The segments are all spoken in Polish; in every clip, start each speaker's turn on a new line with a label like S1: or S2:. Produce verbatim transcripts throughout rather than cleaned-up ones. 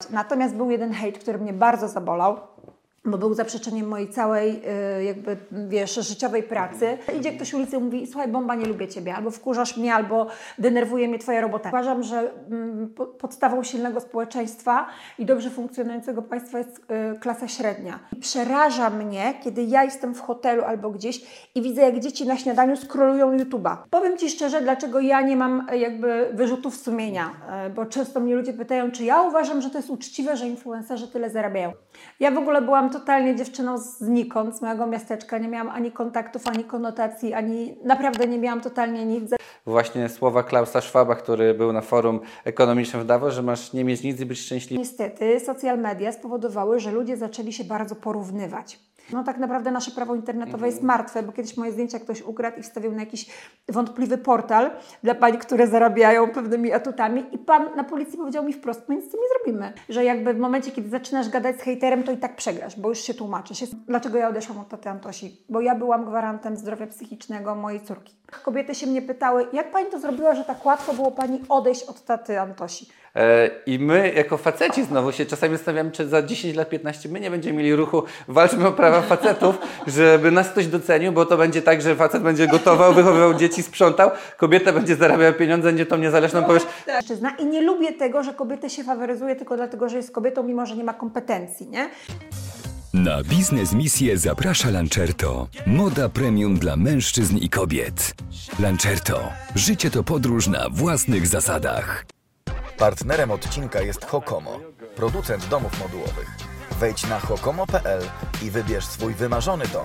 S1: Natomiast był jeden hejt, który mnie bardzo zabolał, bo był zaprzeczeniem mojej całej, jakby, wiesz, życiowej pracy. Idzie ktoś ulicy i mówi: słuchaj, Bomba, nie lubię Ciebie, albo wkurzasz mnie, albo denerwuje mnie Twoja robota. Uważam, że podstawą silnego społeczeństwa i dobrze funkcjonującego państwa jest klasa średnia. I przeraża mnie, kiedy ja jestem w hotelu albo gdzieś i widzę, jak dzieci na śniadaniu scrollują YouTube'a. Powiem Ci szczerze, dlaczego ja nie mam jakby wyrzutów sumienia, bo często mnie ludzie pytają, czy ja uważam, że to jest uczciwe, że influencerzy tyle zarabiają. Ja w ogóle byłam totalnie dziewczyną znikąd, z mojego miasteczka. Nie miałam ani kontaktów, ani konotacji, ani naprawdę nie miałam totalnie nic.
S2: Właśnie słowa Klausa Schwaba, który był na forum ekonomicznym w Davos, że masz nie mieć nic i być szczęśliwy.
S1: Niestety social media spowodowały, że ludzie zaczęli się bardzo porównywać. No tak naprawdę nasze prawo internetowe jest martwe, bo kiedyś moje zdjęcia ktoś ukradł i wstawił na jakiś wątpliwy portal dla pań, które zarabiają pewnymi atutami i pan na policji powiedział mi wprost: my nic z tym nie zrobimy. Że jakby w momencie, kiedy zaczynasz gadać z hejterem, to i tak przegrasz, bo już się tłumaczysz. Dlaczego ja odeszłam od taty Antosi? Bo ja byłam gwarantem zdrowia psychicznego mojej córki. Kobiety się mnie pytały: jak pani to zrobiła, że tak łatwo było pani odejść od taty Antosi?
S2: I my jako faceci znowu się czasami zastanawiamy, czy za dziesięć lat, piętnaście my nie będziemy mieli ruchu "walczmy o prawa facetów", żeby nas ktoś docenił, bo to będzie tak, że facet będzie gotował, wychowywał dzieci, sprzątał, kobieta będzie zarabiała pieniądze, będzie tą niezależną, powiesz...
S1: I nie lubię tego, że kobietę się faworyzuje tylko dlatego, że jest kobietą, mimo że nie ma kompetencji, nie?
S3: Na Biznes Misję zaprasza Lancerto. Moda premium dla mężczyzn i kobiet. Lancerto. Życie to podróż na własnych zasadach.
S4: Partnerem odcinka jest Hokomo, producent domów modułowych. Wejdź na hokomo kropka p l i wybierz swój wymarzony dom.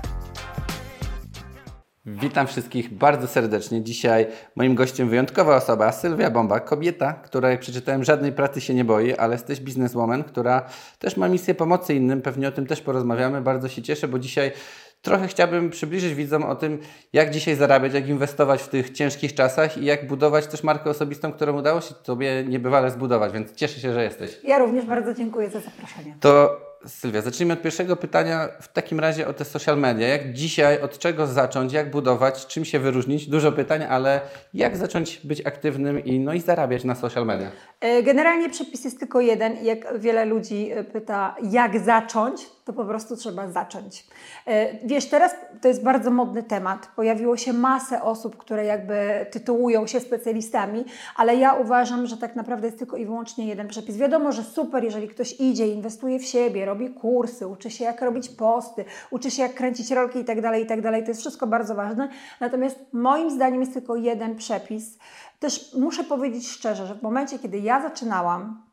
S2: Witam wszystkich bardzo serdecznie. Dzisiaj moim gościem wyjątkowa osoba, Sylwia Bomba, kobieta, która, jak przeczytałem, żadnej pracy się nie boi, ale jest też bizneswoman, która też ma misję pomocy innym. Pewnie o tym też porozmawiamy. Bardzo się cieszę, bo dzisiaj trochę chciałbym przybliżyć widzom o tym, jak dzisiaj zarabiać, jak inwestować w tych ciężkich czasach i jak budować też markę osobistą, którą udało się Tobie niebywale zbudować, więc cieszę się, że jesteś.
S1: Ja również bardzo dziękuję za zaproszenie.
S2: To Sylwia, zacznijmy od pierwszego pytania, w takim razie o te social media. Jak dzisiaj, od czego zacząć, jak budować, czym się wyróżnić? Dużo pytań, ale jak zacząć być aktywnym i, no i zarabiać na social media?
S1: Generalnie przepis jest tylko jeden. Jak wiele ludzi pyta, jak zacząć, to po prostu trzeba zacząć. Wiesz, teraz to jest bardzo modny temat. Pojawiło się masę osób, które jakby tytułują się specjalistami, ale ja uważam, że tak naprawdę jest tylko i wyłącznie jeden przepis. Wiadomo, że super, jeżeli ktoś idzie, inwestuje w siebie, robi kursy, uczy się, jak robić posty, uczy się, jak kręcić rolki i tak dalej, i tak dalej. To jest wszystko bardzo ważne. Natomiast moim zdaniem jest tylko jeden przepis. Też muszę powiedzieć szczerze, że w momencie, kiedy ja zaczynałam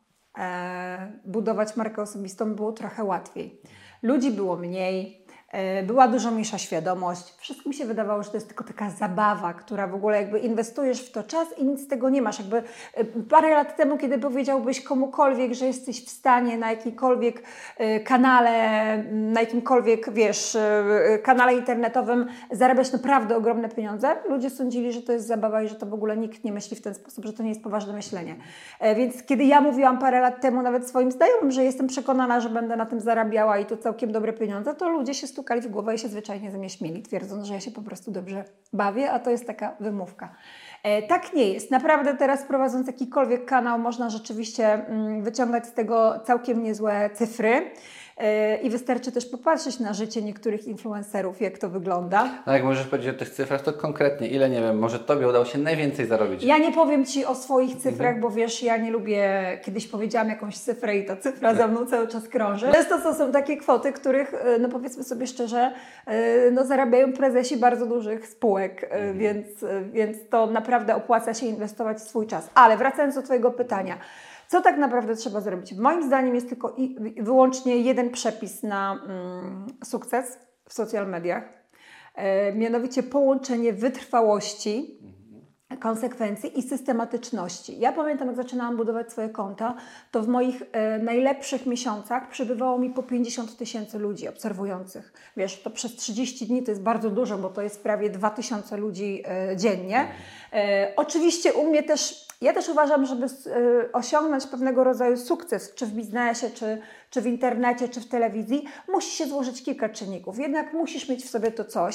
S1: e, budować markę osobistą, było trochę łatwiej. Ludzi było mniej, e, była dużo mniejsza świadomość. Wszystkim się wydawało, że to jest tylko taka zabawa, która w ogóle jakby inwestujesz w to czas i nic z tego nie masz. Jakby e, parę lat temu, kiedy powiedziałbyś komukolwiek, że jesteś w stanie na jakimkolwiek e, kanale, na jakimkolwiek, wiesz, e, kanale internetowym zarabiać naprawdę ogromne pieniądze, ludzie sądzili, że to jest zabawa i że to w ogóle nikt nie myśli w ten sposób, że to nie jest poważne myślenie. E, więc kiedy ja mówiłam parę lat temu nawet swoim znajomym, że jestem przekonana, że będę na tym zarabiała i to całkiem dobre pieniądze, to ludzie się stukali w głowę i się zwyczajnie ze mnie śmieli, twierdząc, że ja się po prostu dobrze bawię, a to jest taka wymówka. E, tak nie jest. Naprawdę teraz, prowadząc jakikolwiek kanał, można rzeczywiście mm, wyciągać z tego całkiem niezłe cyfry. I wystarczy też popatrzeć na życie niektórych influencerów, jak to wygląda.
S2: No jak możesz powiedzieć o tych cyfrach, to konkretnie, ile, nie wiem, może Tobie udało się najwięcej zarobić?
S1: Ja nie powiem Ci o swoich cyfrach, mhm. bo wiesz, ja nie lubię, kiedyś powiedziałam jakąś cyfrę i ta cyfra za mną cały czas krąży. Często to są takie kwoty, których, no powiedzmy sobie szczerze, no zarabiają prezesi bardzo dużych spółek, mhm. więc, więc to naprawdę opłaca się inwestować w swój czas. Ale wracając do Twojego pytania, co tak naprawdę trzeba zrobić? Moim zdaniem jest tylko i wyłącznie jeden przepis na mm, sukces w social mediach. E, mianowicie połączenie wytrwałości, konsekwencji i systematyczności. Ja pamiętam, jak zaczynałam budować swoje konta, to w moich e, najlepszych miesiącach przybywało mi po pięćdziesiąt tysięcy ludzi obserwujących. Wiesz, to przez trzydzieści dni to jest bardzo dużo, bo to jest prawie dwa tysiące ludzi e, dziennie. E, oczywiście u mnie też, ja też uważam, żeby e, osiągnąć pewnego rodzaju sukces, czy w biznesie, czy, czy w internecie, czy w telewizji, musi się złożyć kilka czynników. Jednak musisz mieć w sobie to coś,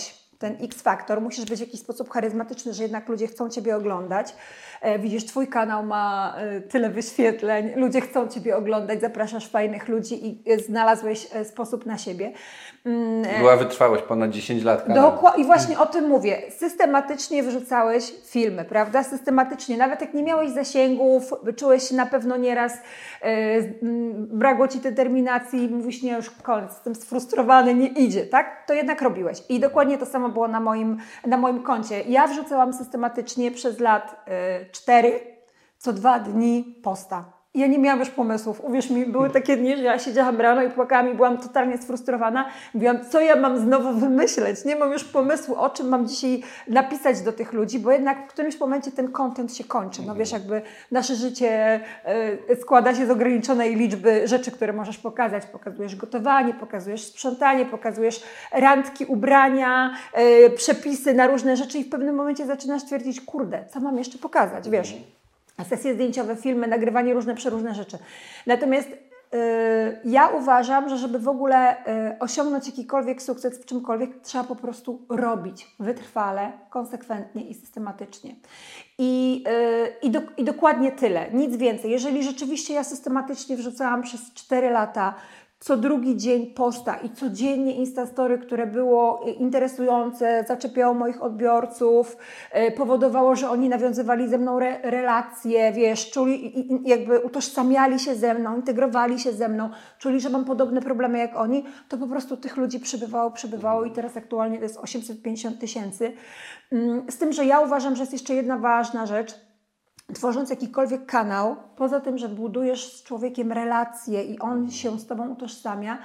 S1: ten X-faktor, musisz być w jakiś sposób charyzmatyczny, że jednak ludzie chcą Ciebie oglądać. E, widzisz, Twój kanał ma e, tyle wyświetleń, ludzie chcą Ciebie oglądać, zapraszasz fajnych ludzi i e, znalazłeś e, sposób na siebie.
S2: Mm, e, Była wytrwałość ponad dziesięć lat kanału.
S1: Dokładnie, i właśnie o tym mówię. Systematycznie wrzucałeś filmy, prawda? Systematycznie, nawet jak nie miałeś zasięgów, czułeś się na pewno nieraz, e, m, brakło Ci determinacji, mówisz, nie, już koniec, jestem sfrustrowany, nie idzie, tak? To jednak robiłeś. I dokładnie to samo było na moim, na moim koncie. Ja wrzucałam systematycznie przez lat y, cztery, co dwa dni posta. I ja nie miałam już pomysłów. Uwierz mi, były takie dni, że ja siedziałam rano i płakałam i byłam totalnie sfrustrowana. Mówiłam, co ja mam znowu wymyśleć? Nie mam już pomysłu, o czym mam dzisiaj napisać do tych ludzi, bo jednak w którymś momencie ten content się kończy. No wiesz, jakby nasze życie y, składa się z ograniczonej liczby rzeczy, które możesz pokazać. Pokazujesz gotowanie, pokazujesz sprzątanie, pokazujesz randki, ubrania, y, przepisy na różne rzeczy i w pewnym momencie zaczynasz twierdzić, kurde, co mam jeszcze pokazać, wiesz? Sesje zdjęciowe, filmy, nagrywanie różne, przeróżne rzeczy. Natomiast yy, ja uważam, że żeby w ogóle yy, osiągnąć jakikolwiek sukces w czymkolwiek, trzeba po prostu robić wytrwale, konsekwentnie i systematycznie. I, yy, i, do, i dokładnie tyle, nic więcej. Jeżeli rzeczywiście ja systematycznie wrzucałam przez cztery lata co drugi dzień posta i codziennie Instastory, które było interesujące, zaczepiało moich odbiorców, yy, powodowało, że oni nawiązywali ze mną re, relacje, wiesz, czuli i, i jakby utożsamiali się ze mną, integrowali się ze mną, czuli, że mam podobne problemy jak oni, to po prostu tych ludzi przybywało, przybywało i teraz aktualnie to jest osiemset pięćdziesiąt tysięcy. Yy, z tym, że ja uważam, że jest jeszcze jedna ważna rzecz. Tworząc jakikolwiek kanał, poza tym, że budujesz z człowiekiem relacje i on się z Tobą utożsamia,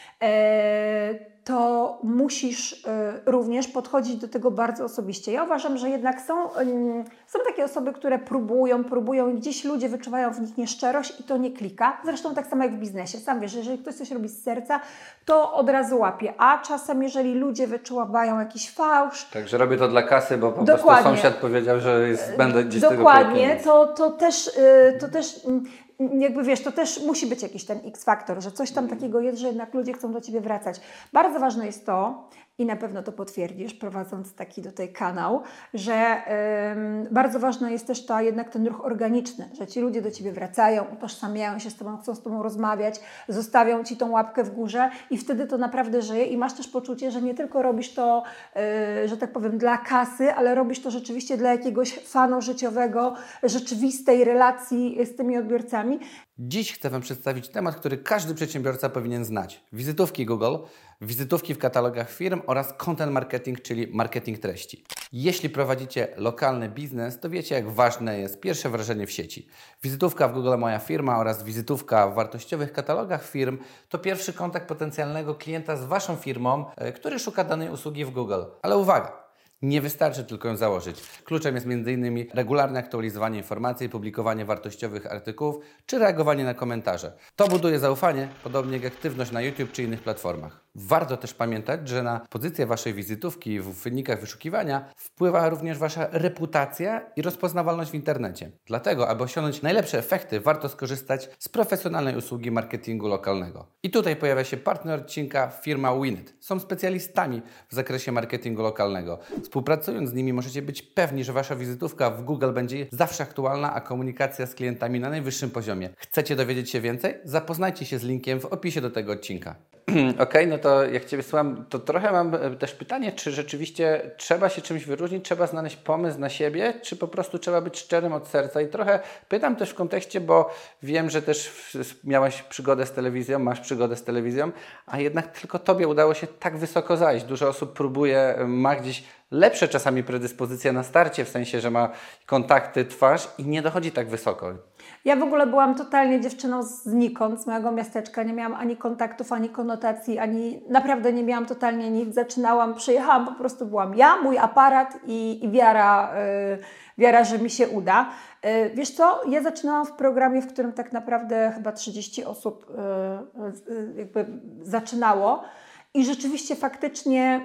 S1: e, to musisz e, również podchodzić do tego bardzo osobiście. Ja uważam, że jednak są, e, są takie osoby, które próbują, próbują i gdzieś ludzie wyczuwają w nich nieszczerość i to nie klika. Zresztą tak samo jak w biznesie. Sam wiesz, jeżeli ktoś coś robi z serca, to od razu łapie. A czasem, jeżeli ludzie wyczuwają jakiś fałsz...
S2: Także robię to dla kasy, bo po
S1: Dokładnie.
S2: prostu sąsiad powiedział, że jest, będę gdzieś
S1: Dokładnie,
S2: tego
S1: to, to też... To też jakby wiesz, to też musi być jakiś ten X-faktor, że coś tam takiego jest, że jednak ludzie chcą do Ciebie wracać. Bardzo ważne jest to, i na pewno to potwierdzisz, prowadząc taki tutaj kanał, że ym, bardzo ważny jest też to jednak ten ruch organiczny, że ci ludzie do Ciebie wracają, utożsamiają się z Tobą, chcą z Tobą rozmawiać, zostawią Ci tą łapkę w górze i wtedy to naprawdę żyje i masz też poczucie, że nie tylko robisz to, yy, że tak powiem, dla kasy, ale robisz to rzeczywiście dla jakiegoś fanu życiowego, rzeczywistej relacji z tymi odbiorcami.
S2: Dziś chcę Wam przedstawić temat, który każdy przedsiębiorca powinien znać. Wizytówki Google, wizytówki w katalogach firm oraz content marketing, czyli marketing treści. Jeśli prowadzicie lokalny biznes, to wiecie, jak ważne jest pierwsze wrażenie w sieci. Wizytówka w Google Moja Firma oraz wizytówka w wartościowych katalogach firm to pierwszy kontakt potencjalnego klienta z Waszą firmą, który szuka danej usługi w Google. Ale uwaga! Nie wystarczy tylko ją założyć. Kluczem jest między innymi regularne aktualizowanie informacji, publikowanie wartościowych artykułów czy reagowanie na komentarze. To buduje zaufanie, podobnie jak aktywność na YouTube czy innych platformach. Warto też pamiętać, że na pozycję Waszej wizytówki w wynikach wyszukiwania wpływa również Wasza reputacja i rozpoznawalność w internecie. Dlatego, aby osiągnąć najlepsze efekty, warto skorzystać z profesjonalnej usługi marketingu lokalnego. I tutaj pojawia się partner odcinka, firma Winit. Są specjalistami w zakresie marketingu lokalnego. Współpracując z nimi możecie być pewni, że Wasza wizytówka w Google będzie zawsze aktualna, a komunikacja z klientami na najwyższym poziomie. Chcecie dowiedzieć się więcej? Zapoznajcie się z linkiem w opisie do tego odcinka. Okej, okay, no to jak Ciebie słucham, to trochę mam też pytanie, czy rzeczywiście trzeba się czymś wyróżnić, trzeba znaleźć pomysł na siebie, czy po prostu trzeba być szczerym od serca? I trochę pytam też w kontekście, bo wiem, że też miałaś przygodę z telewizją, masz przygodę z telewizją, a jednak tylko Tobie udało się tak wysoko zajść. Dużo osób próbuje, ma gdzieś lepsze czasami predyspozycje na starcie, w sensie, że ma kontakty, twarz i nie dochodzi tak wysoko.
S1: Ja w ogóle byłam totalnie dziewczyną znikąd, z mojego miasteczka. Nie miałam ani kontaktów, ani konotacji, ani naprawdę nie miałam totalnie nic. Zaczynałam, przyjechałam, po prostu byłam ja, mój aparat i, i wiara, yy, wiara, że mi się uda. Yy, wiesz co, ja zaczynałam w programie, w którym tak naprawdę chyba trzydzieści osób yy, yy, jakby zaczynało i rzeczywiście faktycznie...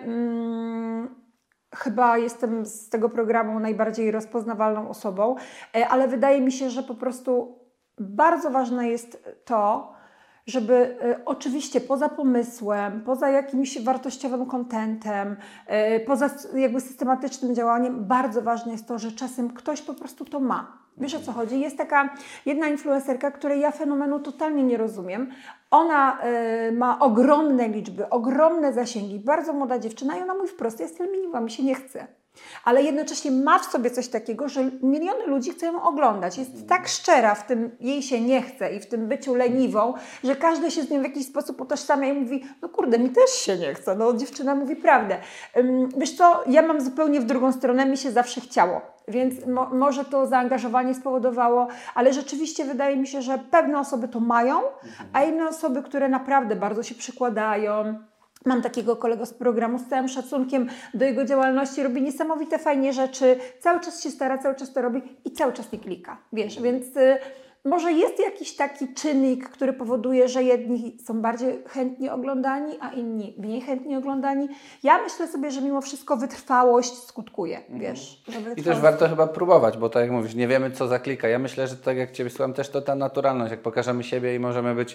S1: Yy, Chyba jestem z tego programu najbardziej rozpoznawalną osobą, ale wydaje mi się, że po prostu bardzo ważne jest to, żeby y, oczywiście poza pomysłem, poza jakimś wartościowym kontentem, y, poza jakby systematycznym działaniem, bardzo ważne jest to, że czasem ktoś po prostu to ma. Wiesz, o co chodzi? Jest taka jedna influencerka, której ja fenomenu totalnie nie rozumiem. Ona y, ma ogromne liczby, ogromne zasięgi, bardzo młoda dziewczyna i ona mówi wprost, ja jestem leniwa, mi się nie chce. Ale jednocześnie ma w sobie coś takiego, że miliony ludzi chcą ją oglądać. Jest tak szczera w tym, jej się nie chce i w tym byciu leniwą, że każdy się z nią w jakiś sposób utożsamia i mówi, no kurde, mi też się nie chce. No dziewczyna mówi prawdę. Ym, wiesz co, ja mam zupełnie w drugą stronę, mi się zawsze chciało. Więc mo- może to zaangażowanie spowodowało, ale rzeczywiście wydaje mi się, że pewne osoby to mają, a inne osoby, które naprawdę bardzo się przykładają. Mam takiego kolegę z programu, z całym szacunkiem do jego działalności, robi niesamowite, fajnie rzeczy, cały czas się stara, cały czas to robi i cały czas nie klika, wiesz, więc y, może jest jakiś taki czynnik, który powoduje, że jedni są bardziej chętnie oglądani, a inni mniej chętnie oglądani. Ja myślę sobie, że mimo wszystko wytrwałość skutkuje, wiesz. Że wytrwałość...
S2: I też warto chyba próbować, bo tak jak mówisz, nie wiemy co zaklika. Ja myślę, że tak jak Ciebie słucham, też to ta naturalność, jak pokażemy siebie i możemy być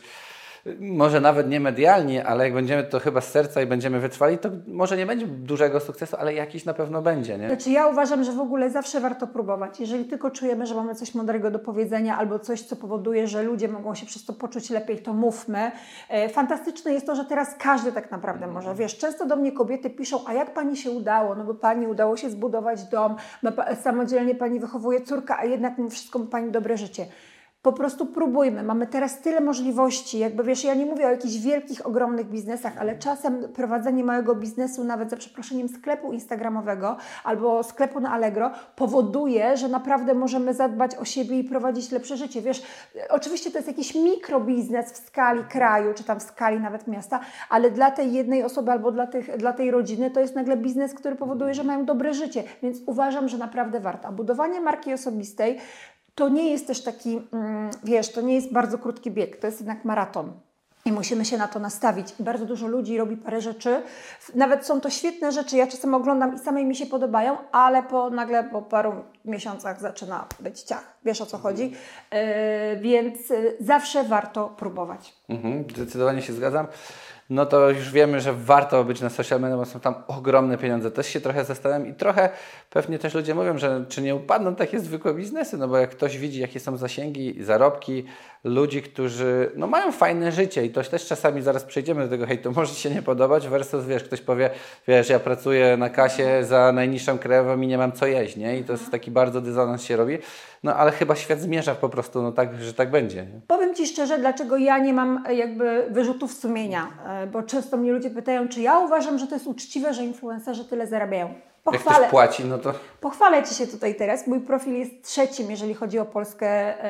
S2: może nawet nie medialnie, ale jak będziemy to chyba z serca i będziemy wytrwali, to może nie będzie dużego sukcesu, ale jakiś na pewno będzie, nie?
S1: Znaczy ja uważam, że w ogóle zawsze warto próbować. Jeżeli tylko czujemy, że mamy coś mądrego do powiedzenia albo coś, co powoduje, że ludzie mogą się przez to poczuć lepiej, to mówmy. E, fantastyczne jest to, że teraz każdy tak naprawdę może. Wiesz, często do mnie kobiety piszą, a jak Pani się udało? No bo Pani udało się zbudować dom, samodzielnie Pani wychowuje córkę, a jednak mimo wszystko ma Pani dobre życie. Po prostu próbujmy. Mamy teraz tyle możliwości. Jakby wiesz, ja nie mówię o jakichś wielkich, ogromnych biznesach, ale czasem prowadzenie małego biznesu, nawet za przeproszeniem sklepu instagramowego albo sklepu na Allegro, powoduje, że naprawdę możemy zadbać o siebie i prowadzić lepsze życie. Wiesz, oczywiście to jest jakiś mikrobiznes w skali kraju, czy tam w skali nawet miasta, ale dla tej jednej osoby albo dla, tych, dla tej rodziny to jest nagle biznes, który powoduje, że mają dobre życie. Więc uważam, że naprawdę warto. A budowanie marki osobistej to nie jest też taki, wiesz, to nie jest bardzo krótki bieg, to jest jednak maraton. I musimy się na to nastawić. Bardzo dużo ludzi robi parę rzeczy. Nawet są to świetne rzeczy. Ja czasem oglądam i same mi się podobają, ale po, nagle po paru miesiącach zaczyna być ciach. Wiesz, o co chodzi? Yy, więc zawsze warto próbować.
S2: Mhm, zdecydowanie się zgadzam. No to już wiemy, że warto być na social media, bo są tam ogromne pieniądze. Też się trochę zastanawiam i trochę pewnie też ludzie mówią, że czy nie upadną takie zwykłe biznesy, no bo jak ktoś widzi, jakie są zasięgi, zarobki ludzi, którzy no mają fajne życie i to też czasami zaraz przejdziemy do tego hejtu, może się nie podobać versus, wiesz, ktoś powie, wiesz, ja pracuję na kasie za najniższą krajową i nie mam co jeść, nie? I to jest taki bardzo dysonans się robi. No ale chyba świat zmierza po prostu, no tak, że tak będzie. Nie?
S1: Powiem Ci szczerze, dlaczego ja nie mam jakby wyrzutów sumienia, bo często mnie ludzie pytają, czy ja uważam, że to jest uczciwe, że influencerzy tyle zarabiają.
S2: Pochwalę. Jak ktoś płaci, no to...
S1: Pochwalę Ci się tutaj teraz. Mój profil jest trzecim, jeżeli chodzi o Polskę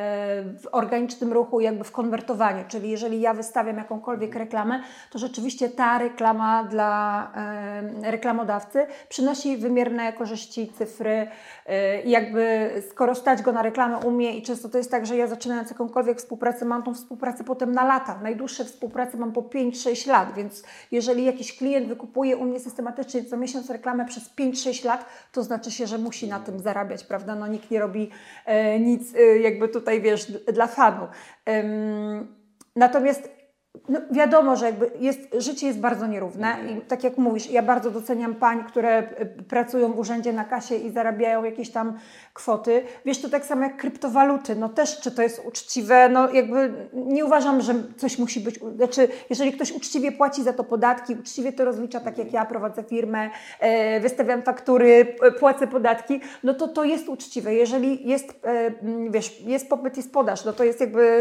S1: w organicznym ruchu, jakby w konwertowaniu. Czyli jeżeli ja wystawiam jakąkolwiek reklamę, to rzeczywiście ta reklama dla e, reklamodawcy przynosi wymierne korzyści, cyfry. E, I jakby skoro stać go na reklamę umie i często to jest tak, że ja zaczynając jakąkolwiek współpracę, mam tą współpracę potem na lata. Najdłuższe współprace mam po pięć sześć lat, więc jeżeli jakiś klient wykupuje u mnie systematycznie co miesiąc reklamę przez pięć sześć lat, to znaczy się, że musi na tym zarabiać, prawda? No nikt nie robi e, nic e, jakby tutaj, wiesz, dla fanu. Ym, natomiast no wiadomo, że jakby jest, życie jest bardzo nierówne i tak jak mówisz, ja bardzo doceniam pań, które pracują w urzędzie na kasie i zarabiają jakieś tam kwoty. Wiesz, to tak samo jak kryptowaluty, no też czy to jest uczciwe, no jakby nie uważam, że coś musi być, znaczy jeżeli ktoś uczciwie płaci za to podatki, uczciwie to rozlicza, tak jak ja prowadzę firmę, e, wystawiam faktury, płacę podatki, no to to jest uczciwe. Jeżeli jest, e, wiesz, jest popyt i jest podaż, no to jest jakby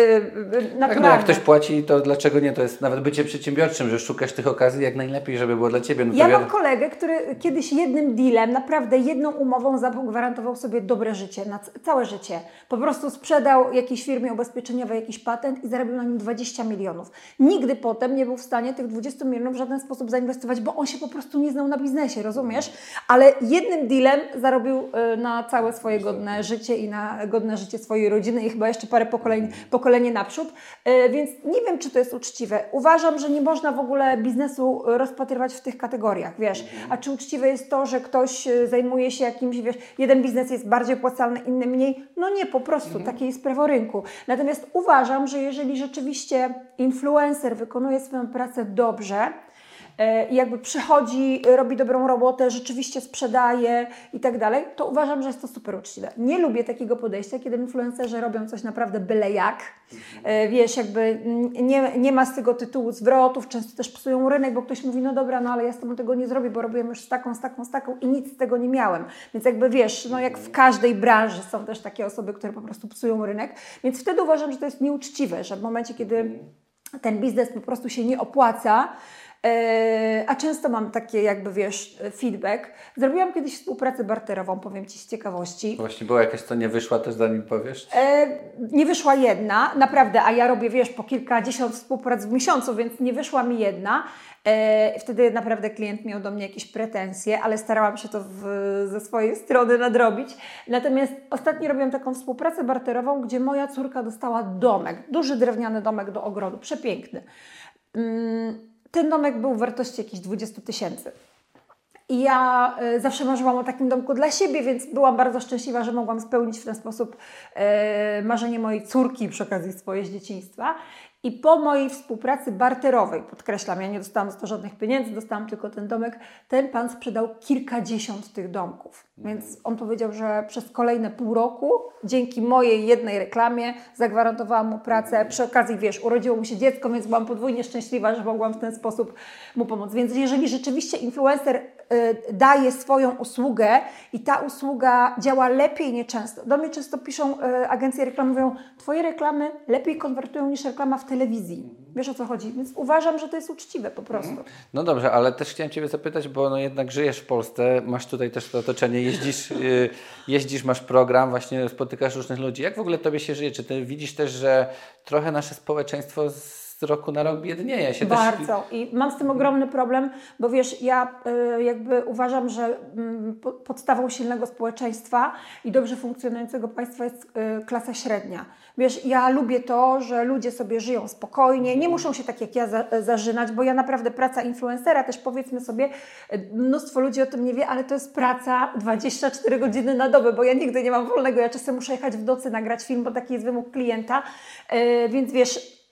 S1: e, naturalne.
S2: Tak, no jak ktoś płaci, to dlaczego nie? To jest nawet bycie przedsiębiorczym, że szukasz tych okazji jak najlepiej, żeby było dla Ciebie. No
S1: ja
S2: wiadomo.
S1: mam kolegę, który kiedyś jednym dealem, naprawdę jedną umową zagwarantował sobie dobre życie, na całe życie. Po prostu sprzedał jakiejś firmie ubezpieczeniowej jakiś patent i zarobił na nim dwadzieścia milionów. Nigdy potem nie był w stanie tych dwudziestu milionów w żaden sposób zainwestować, bo on się po prostu nie znał na biznesie, rozumiesz? Ale jednym dealem zarobił na całe swoje godne życie i na godne życie swojej rodziny i chyba jeszcze parę pokoleń, pokolenie naprzód. Więc nie wiem, czy czy to jest uczciwe? Uważam, że nie można w ogóle biznesu rozpatrywać w tych kategoriach, wiesz. A czy uczciwe jest to, że ktoś zajmuje się jakimś, wiesz, jeden biznes jest bardziej opłacalny, inny mniej? No nie, po prostu, mhm. takie jest prawo rynku. Natomiast uważam, że jeżeli rzeczywiście influencer wykonuje swoją pracę dobrze, i jakby przychodzi, robi dobrą robotę, rzeczywiście sprzedaje i tak dalej, to uważam, że jest to super uczciwe. Nie lubię takiego podejścia, kiedy influencerzy robią coś naprawdę byle jak. Wiesz, jakby nie, nie ma z tego tytułu zwrotów, często też psują rynek, bo ktoś mówi, no dobra, no ale ja z tobą tego nie zrobię, bo robiłem już z taką, z taką, z taką i nic z tego nie miałem. Więc jakby wiesz, no jak w każdej branży są też takie osoby, które po prostu psują rynek, więc wtedy uważam, że to jest nieuczciwe, że w momencie, kiedy ten biznes po prostu się nie opłaca, a często mam takie jakby, wiesz, feedback. Zrobiłam kiedyś współpracę barterową, powiem Ci z ciekawości.
S2: Właśnie była jakaś, co nie wyszła, też zanim powiesz?
S1: E, nie wyszła jedna, naprawdę, a ja robię, wiesz, po kilkadziesiąt współprac w miesiącu, więc nie wyszła mi jedna. E, wtedy naprawdę klient miał do mnie jakieś pretensje, ale starałam się to w, ze swojej strony nadrobić. Natomiast ostatnio robiłam taką współpracę barterową, gdzie moja córka dostała domek, duży drewniany domek do ogrodu, przepiękny. Mm, Ten domek był w wartości jakichś dwadzieścia tysięcy. I ja y, zawsze marzyłam o takim domku dla siebie, więc byłam bardzo szczęśliwa, że mogłam spełnić w ten sposób y, marzenie mojej córki przy okazji swoje z dzieciństwa. I po mojej współpracy barterowej, podkreślam, ja nie dostałam za to żadnych pieniędzy, dostałam tylko ten domek, ten pan sprzedał kilkadziesiąt tych domków. Więc on powiedział, że przez kolejne pół roku, dzięki mojej jednej reklamie, zagwarantowałam mu pracę. Przy okazji, wiesz, urodziło mu się dziecko, więc byłam podwójnie szczęśliwa, że mogłam w ten sposób mu pomóc. Więc jeżeli rzeczywiście influencer y, daje swoją usługę i ta usługa działa lepiej nieczęsto. Do mnie często piszą y, agencje reklamowe, mówią, twoje reklamy lepiej konwertują niż reklama w telewizji. Wiesz, o co chodzi? Więc uważam, że to jest uczciwe po prostu.
S2: No dobrze, ale też chciałem Ciebie zapytać, bo no jednak żyjesz w Polsce, masz tutaj też to otoczenie, jeździsz, yy, jeździsz, masz program, właśnie spotykasz różnych ludzi. Jak w ogóle Tobie się żyje? Czy Ty widzisz też, że trochę nasze społeczeństwo z roku na rok biednieje się?
S1: Bardzo.
S2: Też...
S1: I mam z tym ogromny problem, bo wiesz, ja y, jakby uważam, że y, po, podstawą silnego społeczeństwa i dobrze funkcjonującego państwa jest y, klasa średnia. Wiesz, ja lubię to, że ludzie sobie żyją spokojnie, nie muszą się tak jak ja za, zażynać, bo ja naprawdę praca influencera, też powiedzmy sobie, mnóstwo ludzi o tym nie wie, ale to jest praca dwadzieścia cztery godziny na dobę, bo ja nigdy nie mam wolnego, ja czasem muszę jechać w nocy, nagrać film, bo taki jest wymóg klienta, y, więc wiesz...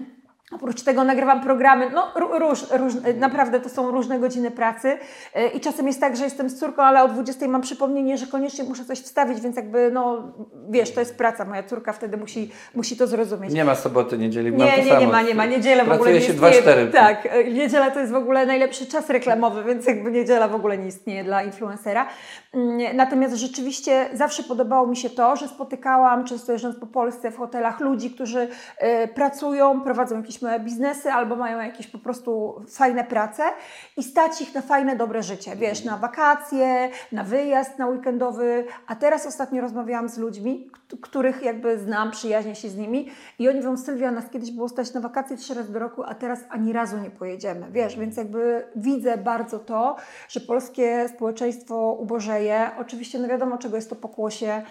S1: Oprócz tego nagrywam programy, no róż, róż, naprawdę to są różne godziny pracy i czasem jest tak, że jestem z córką, ale o dwudziestej mam przypomnienie, że koniecznie muszę coś wstawić, więc jakby no wiesz, to jest praca, moja córka wtedy musi, musi to zrozumieć.
S2: Nie ma soboty, niedzieli,
S1: nie,
S2: mam to
S1: nie,
S2: samo.
S1: nie ma, nie ma, niedziela w ogóle nie
S2: się
S1: istnieje.
S2: dwa cztery.
S1: Tak, niedziela to jest w ogóle najlepszy czas reklamowy, więc jakby niedziela w ogóle nie istnieje dla influencera. Natomiast rzeczywiście zawsze podobało mi się to, że spotykałam, często jeżdżąc po Polsce w hotelach, ludzi, którzy y, pracują, prowadzą jakieś małe biznesy albo mają jakieś po prostu fajne prace i stać ich na fajne, dobre życie. Wiesz, na wakacje, na wyjazd, na weekendowy. A teraz ostatnio rozmawiałam z ludźmi, których jakby znam, przyjaźnię się z nimi i oni mówią, Sylwia, nas kiedyś było stać na wakacje trzy razy do roku, a teraz ani razu nie pojedziemy. Wiesz, więc jakby widzę bardzo to, że polskie społeczeństwo ubożeje. Oczywiście no wiadomo, czego jest to pokłosie.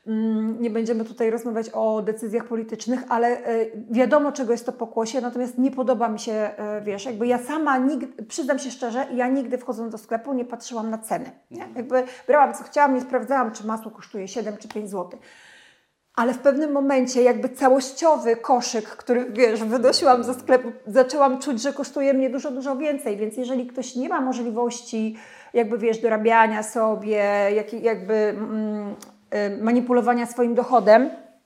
S1: Nie będziemy tutaj rozmawiać o decyzjach politycznych, ale wiadomo, czego jest to pokłosie, natomiast nie podoba mi się, wiesz, jakby ja sama, nigdy, przyznam się szczerze, ja nigdy wchodząc do sklepu nie patrzyłam na ceny. Nie? Jakby brałam co chciałam, nie sprawdzałam, czy masło kosztuje siedem czy pięć złotych. Ale w pewnym momencie jakby całościowy koszyk, który, wiesz, wynosiłam ze sklepu, zaczęłam czuć, że kosztuje mnie dużo, dużo więcej, więc jeżeli ktoś nie ma możliwości jakby, wiesz, dorabiania sobie, jak, jakby... Mm, manipulowania swoim dochodem,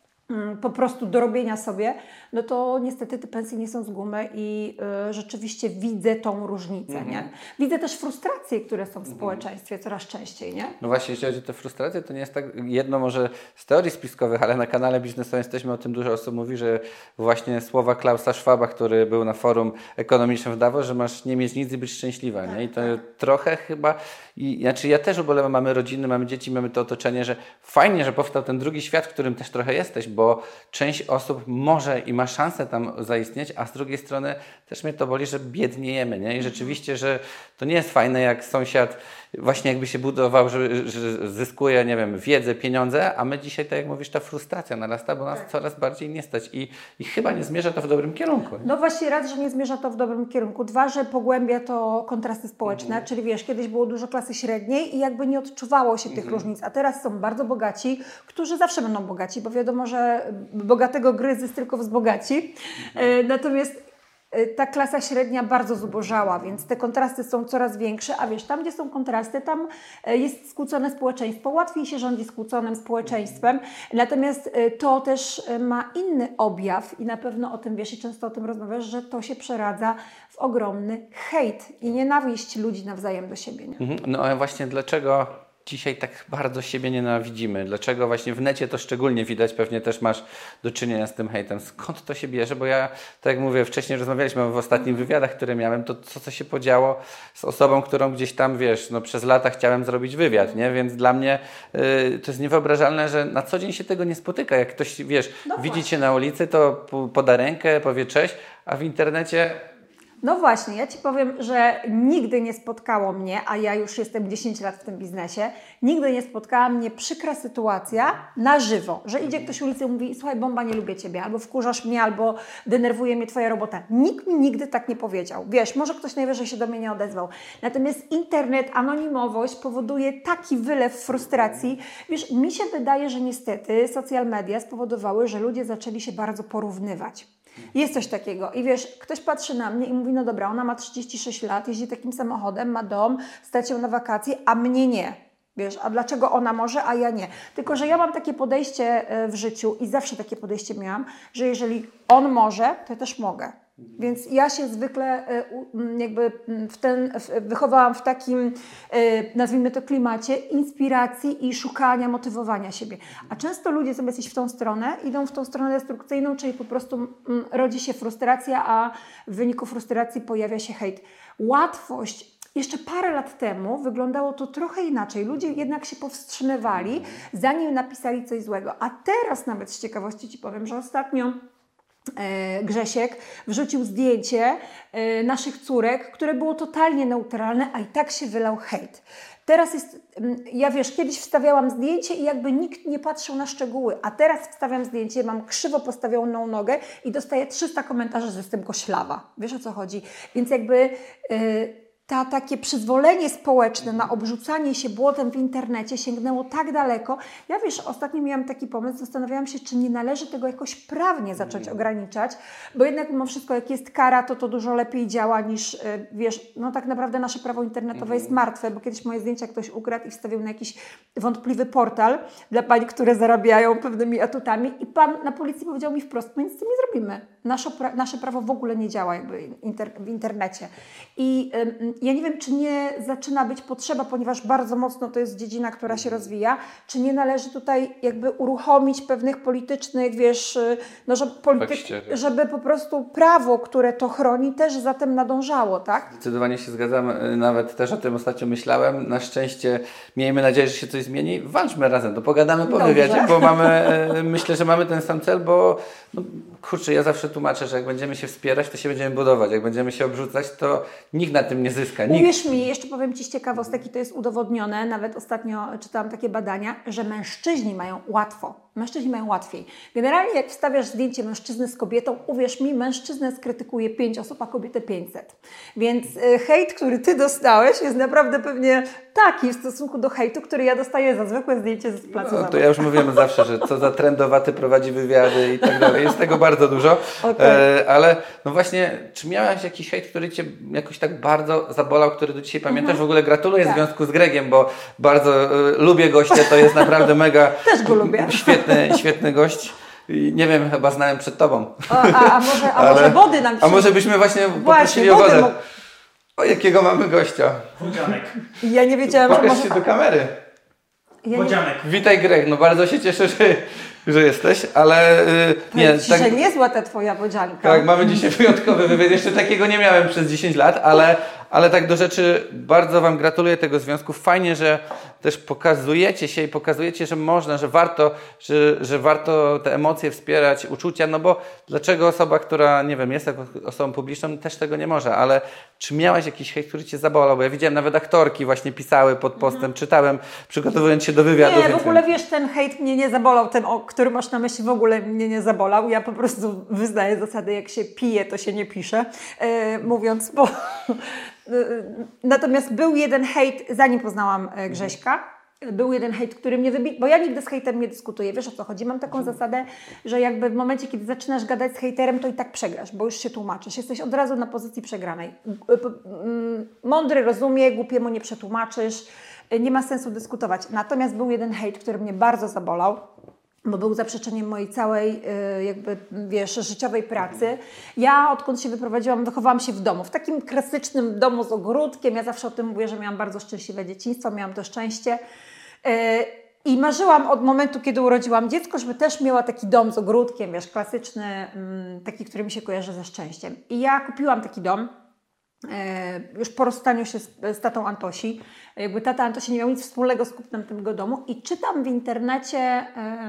S1: po prostu dorobienia sobie, no to niestety te pensje nie są z gumy i y, rzeczywiście widzę tą różnicę, mm-hmm. nie? Widzę też frustracje, które są w społeczeństwie mm-hmm. coraz częściej, nie?
S2: No właśnie, jeśli chodzi o te frustracje, to nie jest tak jedno może z teorii spiskowych, ale na kanale biznesowym jesteśmy, o tym dużo osób mówi, że właśnie słowa Klausa Schwaba, który był na forum ekonomicznym w Davos, że masz nie mieć nic i być szczęśliwa, nie? I to trochę chyba, i, znaczy ja też ubolewam, mamy rodziny, mamy dzieci, mamy to otoczenie, że fajnie, że powstał ten drugi świat, w którym też trochę jesteś, bo część osób może i ma ma szansę tam zaistnieć, a z drugiej strony też mnie to boli, że biedniejemy, nie? I rzeczywiście, że to nie jest fajne, jak sąsiad właśnie jakby się budował, że, że zyskuje, nie wiem, wiedzę, pieniądze, a my dzisiaj, tak jak mówisz, ta frustracja narasta, bo nas tak. coraz bardziej nie stać i, i chyba nie zmierza to w dobrym kierunku. Nie?
S1: No właśnie raz, że nie zmierza to w dobrym kierunku. Dwa, że pogłębia to kontrasty społeczne, mhm. czyli wiesz, kiedyś było dużo klasy średniej i jakby nie odczuwało się tych mhm. różnic, a teraz są bardzo bogaci, którzy zawsze będą bogaci, bo wiadomo, że bogatego gryzy tylko wzbogaci. Mhm. Natomiast ta klasa średnia bardzo zubożała, więc te kontrasty są coraz większe, a wiesz, tam gdzie są kontrasty, tam jest skłócone społeczeństwo, łatwiej się rządzi skłóconym społeczeństwem, natomiast to też ma inny objaw i na pewno o tym wiesz i często o tym rozmawiasz, że to się przeradza w ogromny hejt i nienawiść ludzi nawzajem do siebie. Nie?
S2: Mhm. No ale właśnie dlaczego dzisiaj tak bardzo siebie nienawidzimy? Dlaczego właśnie w necie to szczególnie widać? Pewnie też masz do czynienia z tym hejtem. Skąd to się bierze? Bo ja, tak jak mówię, wcześniej rozmawialiśmy w ostatnich wywiadach, które miałem, to co, co się podziało z osobą, którą gdzieś tam, wiesz, no przez lata chciałem zrobić wywiad, nie? Więc dla mnie yy, to jest niewyobrażalne, że na co dzień się tego nie spotyka. Jak ktoś, wiesz, no widzi cię na ulicy, to poda rękę, powie cześć, a w internecie...
S1: No właśnie, ja Ci powiem, że nigdy nie spotkało mnie, a ja już jestem dziesięć lat w tym biznesie, nigdy nie spotkała mnie przykra sytuacja na żywo, że idzie ktoś ulicy i mówi: słuchaj, Bomba, nie lubię Ciebie, albo wkurzasz mnie, albo denerwuje mnie Twoja robota. Nikt mi nigdy tak nie powiedział. Wiesz, może ktoś najwyżej się do mnie nie odezwał. Natomiast internet, anonimowość powoduje taki wylew frustracji. Wiesz, mi się wydaje, że niestety social media spowodowały, że ludzie zaczęli się bardzo porównywać. Jest coś takiego i wiesz, ktoś patrzy na mnie i mówi: no dobra, ona ma trzydzieści sześć lat, jeździ takim samochodem, ma dom, stać ją na wakacje, a mnie nie. Wiesz, a dlaczego ona może, a ja nie? Tylko że ja mam takie podejście w życiu i zawsze takie podejście miałam, że jeżeli on może, to ja też mogę. Więc ja się zwykle jakby w ten, wychowałam w takim, nazwijmy to, klimacie inspiracji i szukania, motywowania siebie. A często ludzie zamiast iść w tą stronę, idą w tą stronę destrukcyjną, czyli po prostu rodzi się frustracja, a w wyniku frustracji pojawia się hejt. Łatwość. Jeszcze parę lat temu wyglądało to trochę inaczej. Ludzie jednak się powstrzymywali, zanim napisali coś złego. A teraz nawet z ciekawości Ci powiem, że ostatnio Grzesiek wrzucił zdjęcie naszych córek, które było totalnie neutralne, a i tak się wylał hejt. Teraz jest, ja wiesz, kiedyś wstawiałam zdjęcie i jakby nikt nie patrzył na szczegóły, a teraz wstawiam zdjęcie, mam krzywo postawioną nogę i dostaję trzysta komentarzy, że jestem koślawa. Wiesz, o co chodzi? Więc jakby... Yy, Ta, takie przyzwolenie społeczne na obrzucanie się błotem w internecie sięgnęło tak daleko. Ja wiesz, ostatnio miałam taki pomysł, zastanawiałam się, czy nie należy tego jakoś prawnie zacząć ograniczać, bo jednak mimo wszystko, jak jest kara, to to dużo lepiej działa niż, wiesz, no tak naprawdę nasze prawo internetowe jest martwe, bo kiedyś moje zdjęcia ktoś ukradł i wstawił na jakiś wątpliwy portal dla pań, które zarabiają pewnymi atutami i pan na policji powiedział mi wprost: my nic z tym nie zrobimy. Nasze, pra- nasze prawo w ogóle nie działa jakby inter- w internecie. I ym, ja nie wiem, czy nie zaczyna być potrzeba, ponieważ bardzo mocno to jest dziedzina, która się rozwija, czy nie należy tutaj jakby uruchomić pewnych politycznych, wiesz, no, że polityk, żeby po prostu prawo, które to chroni, też za tym nadążało, tak?
S2: Zdecydowanie się zgadzam, nawet też o tym ostatnio myślałem. Na szczęście miejmy nadzieję, że się coś zmieni. Walczmy razem, to pogadamy po wywiadzie, bo mamy, myślę, że mamy ten sam cel, bo no, kurczę, ja zawsze tłumaczę, że jak będziemy się wspierać, to się będziemy budować. Jak będziemy się obrzucać, to nikt na tym nie zyska. Nikt.
S1: Uwierz mi, jeszcze powiem Ci z ciekawostek, i to jest udowodnione, nawet ostatnio czytałam takie badania, że mężczyźni mają łatwo. Mężczyźni mają łatwiej. Generalnie jak wstawiasz zdjęcie mężczyzny z kobietą, uwierz mi, mężczyznę skrytykuje pięć osób, a kobietę pięćset. Więc y, hejt, który Ty dostałeś, jest naprawdę pewnie taki w stosunku do hejtu, który ja dostaję za zwykłe zdjęcie z placu.
S2: No, to ja już mówiłem zawsze, że co za trendowaty prowadzi wywiady i tak dalej. Jest tego bardzo dużo. Okay. E, ale no właśnie, czy miałaś jakiś hejt, który Cię jakoś tak bardzo zabolał, który do dzisiaj pamiętasz? Mhm. W ogóle gratuluję tak. w związku z Gregiem, bo bardzo e, lubię gościa, to jest naprawdę mega...
S1: Też go lubię.
S2: Świetny, świetny gość. I nie wiem, chyba znałem przed Tobą.
S1: O, a, a, może, a może wody nam się...
S2: A może byśmy właśnie, właśnie poprosili o wodę. Mo... O, jakiego mamy gościa?
S5: Wodzianek.
S1: Ja nie wiedziałam,
S2: Pokaż
S1: że może...
S2: się do kamery.
S5: Ja Wodzianek.
S2: Nie... Witaj, Greg. No bardzo się cieszę, że, że jesteś, ale... Yy,
S1: nie, ci, tak... że niezła ta Twoja wodzianka.
S2: Tak, mamy dzisiaj wyjątkowy wywiad. Jeszcze takiego nie miałem przez dziesięć lat, ale, ale tak do rzeczy bardzo Wam gratuluję tego związku. Fajnie, że też pokazujecie się i pokazujecie, że można, że warto, że, że warto te emocje wspierać, uczucia, no bo dlaczego osoba, która, nie wiem, jest osobą publiczną, też tego nie może, ale czy miałaś jakiś hejt, który cię zabolał? Bo ja widziałem, nawet aktorki właśnie pisały pod postem, mhm. czytałem, przygotowując się do wywiadu.
S1: Nie, w ogóle wiesz, ten hejt mnie nie zabolał, ten, o który masz na myśli, w ogóle mnie nie zabolał. Ja po prostu wyznaję zasady, jak się pije, to się nie pisze, yy, mówiąc, bo... Natomiast był jeden hejt, zanim poznałam Grześka, był jeden hejt, który mnie wybił, bo ja nigdy z hejtem nie dyskutuję. Wiesz, o co chodzi? Mam taką zasadę, że jakby w momencie, kiedy zaczynasz gadać z hejterem, to i tak przegrasz, bo już się tłumaczysz. Jesteś od razu na pozycji przegranej. Mądry rozumie, głupiemu nie przetłumaczysz, nie ma sensu dyskutować. Natomiast był jeden hejt, który mnie bardzo zabolał, bo był zaprzeczeniem mojej całej, jakby, wiesz, życiowej pracy. Ja, odkąd się wyprowadziłam, wychowałam się w domu, w takim klasycznym domu z ogródkiem. Ja zawsze o tym mówię, że miałam bardzo szczęśliwe dzieciństwo, miałam to szczęście. I marzyłam od momentu, kiedy urodziłam dziecko, żeby też miała taki dom z ogródkiem, wiesz, klasyczny, taki, który mi się kojarzy ze szczęściem. I ja kupiłam taki dom, już po rozstaniu się z, z tatą Antosi. Jakby tata Antosi nie miał nic wspólnego z kupnem tego domu i czytam w internecie,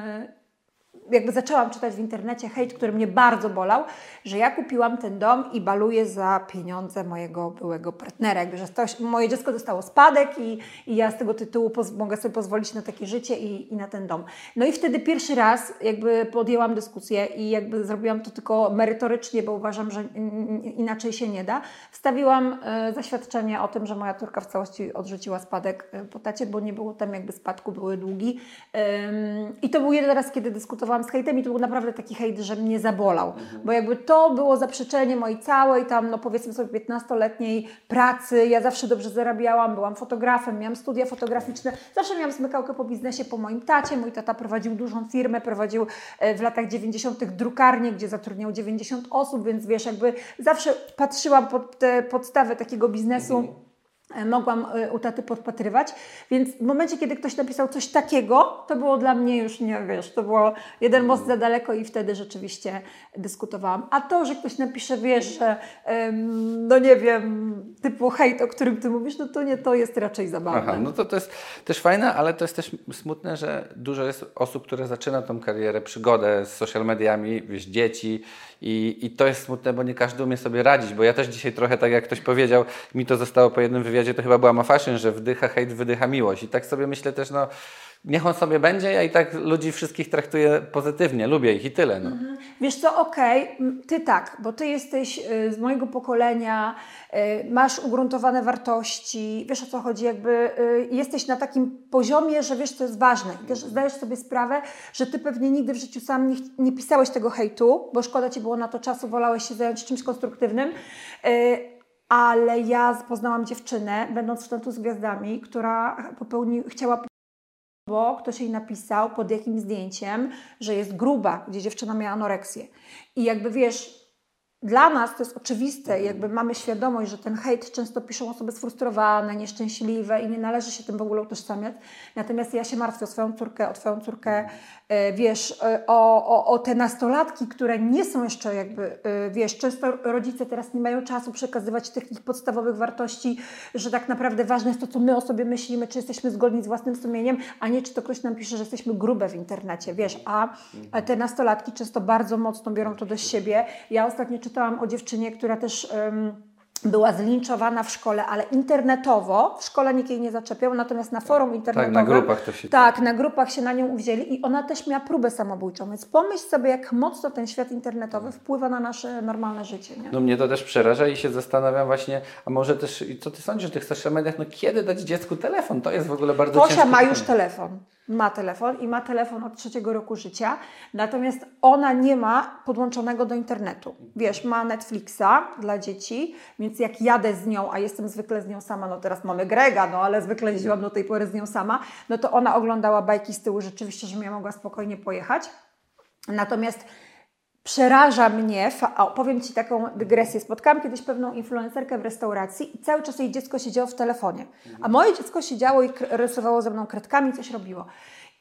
S1: jakby zaczęłam czytać w internecie hejt, który mnie bardzo bolał, że ja kupiłam ten dom i baluję za pieniądze mojego byłego partnera. Jakby, że to, moje dziecko dostało spadek i, i ja z tego tytułu poz, mogę sobie pozwolić na takie życie i, i na ten dom. No i wtedy pierwszy raz jakby podjęłam dyskusję i jakby zrobiłam to tylko merytorycznie, bo uważam, że inaczej się nie da. Wstawiłam e, zaświadczenie o tym, że moja córka w całości odrzuciła spadek e, po tacie, bo nie było tam jakby spadku, były długi. E, I to był jeden raz, kiedy dyskutowałam z hejtem i to był naprawdę taki hejt, że mnie zabolał, mhm. bo jakby to było zaprzeczenie mojej całej tam, no powiedzmy sobie piętnastoletniej pracy. Ja zawsze dobrze zarabiałam, byłam fotografem, miałam studia fotograficzne, zawsze miałam smykałkę po biznesie po moim tacie. Mój tata prowadził dużą firmę, prowadził w latach dziewięćdziesiątych drukarnię, gdzie zatrudniał dziewięćdziesiąt osób, więc wiesz, jakby zawsze patrzyłam pod te podstawy takiego biznesu. Mhm. Mogłam u taty podpatrywać, więc w momencie, kiedy ktoś napisał coś takiego, to było dla mnie już, nie wiesz, to było jeden most za daleko i wtedy rzeczywiście dyskutowałam. A to, że ktoś napisze, wiesz, że um, no nie wiem, typu hejt, o którym ty mówisz, no to nie, to jest raczej zabawne.
S2: Aha, no to to jest też fajne, ale to jest też smutne, że dużo jest osób, które zaczyna tą karierę, przygodę z social mediami, wiesz, dzieci i, i to jest smutne, bo nie każdy umie sobie radzić, bo ja też dzisiaj trochę, tak jak ktoś powiedział, mi to zostało po jednym wywiadzie, to chyba była ma fashion, że wdycha hejt, wydycha miłość i tak sobie myślę też, no niech on sobie będzie, ja i tak ludzi wszystkich traktuję pozytywnie, lubię ich i tyle. No.
S1: Mhm. Wiesz co, okej, okay, ty tak, bo ty jesteś y, z mojego pokolenia, y, masz ugruntowane wartości, wiesz o co chodzi, jakby y, jesteś na takim poziomie, że wiesz co jest ważne i też zdajesz sobie sprawę, że ty pewnie nigdy w życiu sam nie, nie pisałeś tego hejtu, bo szkoda ci było na to czasu, wolałeś się zająć czymś konstruktywnym, y, ale ja poznałam dziewczynę, będąc w Tańcu z Gwiazdami, która popełni, chciała bo ktoś jej napisał pod jakimś zdjęciem, że jest gruba, gdzie dziewczyna miała anoreksję. I jakby wiesz, dla nas to jest oczywiste, jakby mamy świadomość, że ten hejt często piszą osoby sfrustrowane, nieszczęśliwe i nie należy się tym w ogóle utożsamiać. Natomiast ja się martwię o swoją córkę, o twoją córkę, wiesz, o, o, o te nastolatki, które nie są jeszcze jakby, wiesz, często rodzice teraz nie mają czasu przekazywać tych ich podstawowych wartości, że tak naprawdę ważne jest to, co my o sobie myślimy, czy jesteśmy zgodni z własnym sumieniem, a nie czy to ktoś nam pisze, że jesteśmy grube w internecie, wiesz, a te nastolatki często bardzo mocno biorą to do siebie. Ja ostatnio czytałam o dziewczynie, która też um, była zlinczowana w szkole, ale internetowo, w szkole nikt jej nie zaczepiał, natomiast na forum internetowym...
S2: Tak, na grupach to się...
S1: Tak, na grupach się na nią uwzięli i ona też miała próbę samobójczą, więc pomyśl sobie, jak mocno ten świat internetowy wpływa na nasze normalne życie. Nie?
S2: No mnie to też przeraża i się zastanawiam właśnie, a może też, co ty sądzisz o tych social mediach, no kiedy dać dziecku telefon? To jest w ogóle bardzo ciężkie.
S1: Tosia ma już telefon. Ma telefon i ma telefon od trzeciego roku życia, natomiast ona nie ma podłączonego do internetu. Wiesz, ma Netflixa dla dzieci, więc jak jadę z nią, a jestem zwykle z nią sama, no teraz mamy Grega, no ale zwykle jeździłam do tej pory z nią sama, no to ona oglądała bajki z tyłu rzeczywiście, żebym ja mogła spokojnie pojechać. Natomiast przeraża mnie, o, powiem Ci taką dygresję, spotkałam kiedyś pewną influencerkę w restauracji i cały czas jej dziecko siedziało w telefonie, a moje dziecko siedziało i rysowało ze mną kredkami, coś robiło.